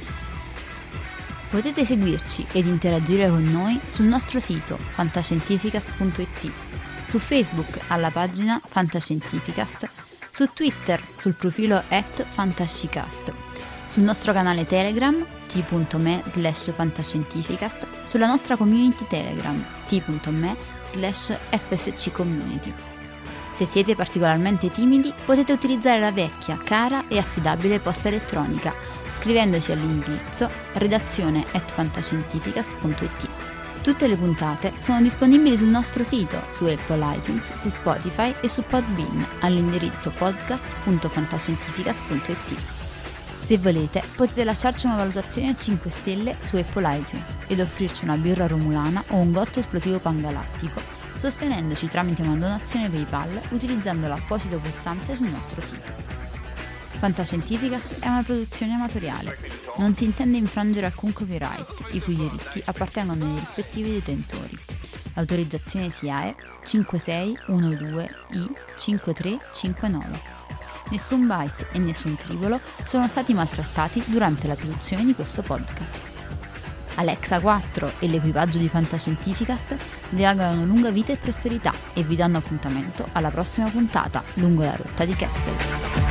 Potete seguirci ed interagire con noi sul nostro sito fantascientificast punto it, su Facebook alla pagina Fantascientificast, su Twitter sul profilo at fantascicast, sul nostro canale Telegram t.me slash fantascientificast, sulla nostra community Telegram t.me slash fsccommunity. Se siete particolarmente timidi potete utilizzare la vecchia, cara e affidabile posta elettronica scrivendoci all'indirizzo redazione at fantascientificast punto it. Tutte le puntate sono disponibili sul nostro sito, su Apple iTunes, su Spotify e su Podbean all'indirizzo podcast punto fantascientificast punto it. Se volete, potete lasciarci una valutazione a cinque stelle su Apple iTunes ed offrirci una birra romulana o un gotto esplosivo pangalattico, sostenendoci tramite una donazione PayPal utilizzando l'apposito pulsante sul nostro sito. Fantascientificast è una produzione amatoriale. Non si intende infrangere alcun copyright, i cui diritti appartengono ai rispettivi detentori. L'autorizzazione S I A E cinque sei uno due I cinque tre cinque nove. Nessun byte e nessun tribolo sono stati maltrattati durante la produzione di questo podcast. Alexa quattro e l'equipaggio di Fantascientificast vi augurano lunga vita e prosperità e vi danno appuntamento alla prossima puntata lungo la rotta di Kessel.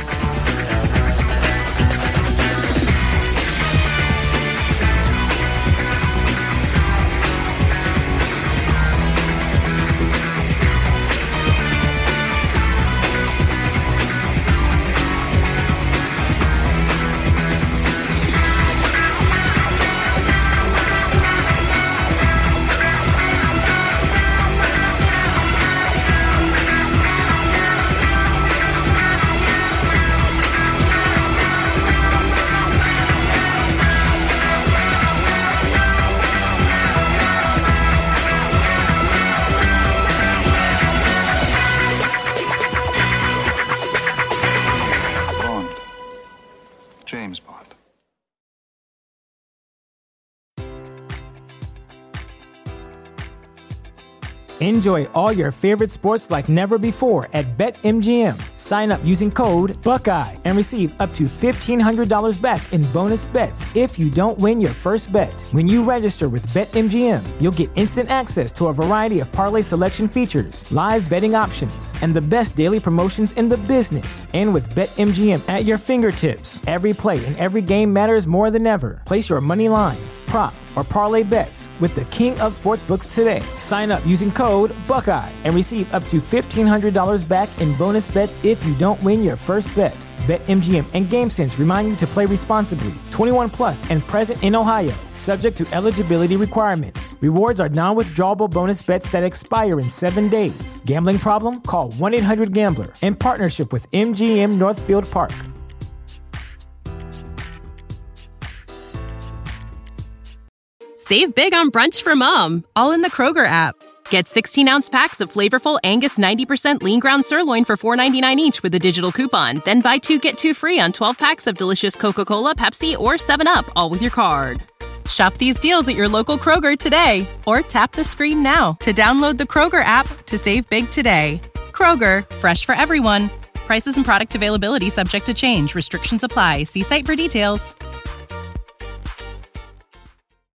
Enjoy all your favorite sports like never before at BetMGM. Sign up using code Buckeye and receive up to fifteen hundred dollars back in bonus bets if you don't win your first bet. When you register with BetMGM, you'll get instant access to a variety of parlay selection features, live betting options, and the best daily promotions in the business. And with BetMGM at your fingertips, every play and every game matters more than ever. Place your money line, prop, or parlay bets with the king of sportsbooks today. Sign up using code Buckeye and receive up to fifteen hundred dollars back in bonus bets if you don't win your first bet. BetMGM and GameSense remind you to play responsibly. twenty-one plus and present in Ohio, subject to eligibility requirements. Rewards are non-withdrawable bonus bets that expire in seven days. Gambling problem? Call one eight hundred gambler. In partnership with M G M Northfield Park. Save big on brunch for mom, all in the Kroger app. Get sixteen-ounce packs of flavorful Angus ninety percent lean ground sirloin for four ninety-nine each with a digital coupon. Then buy two, get two free on twelve packs of delicious Coca-Cola, Pepsi, or seven up, all with your card. Shop these deals at your local Kroger today, or tap the screen now to download the Kroger app to save big today. Kroger, fresh for everyone. Prices and product availability subject to change. Restrictions apply. See site for details.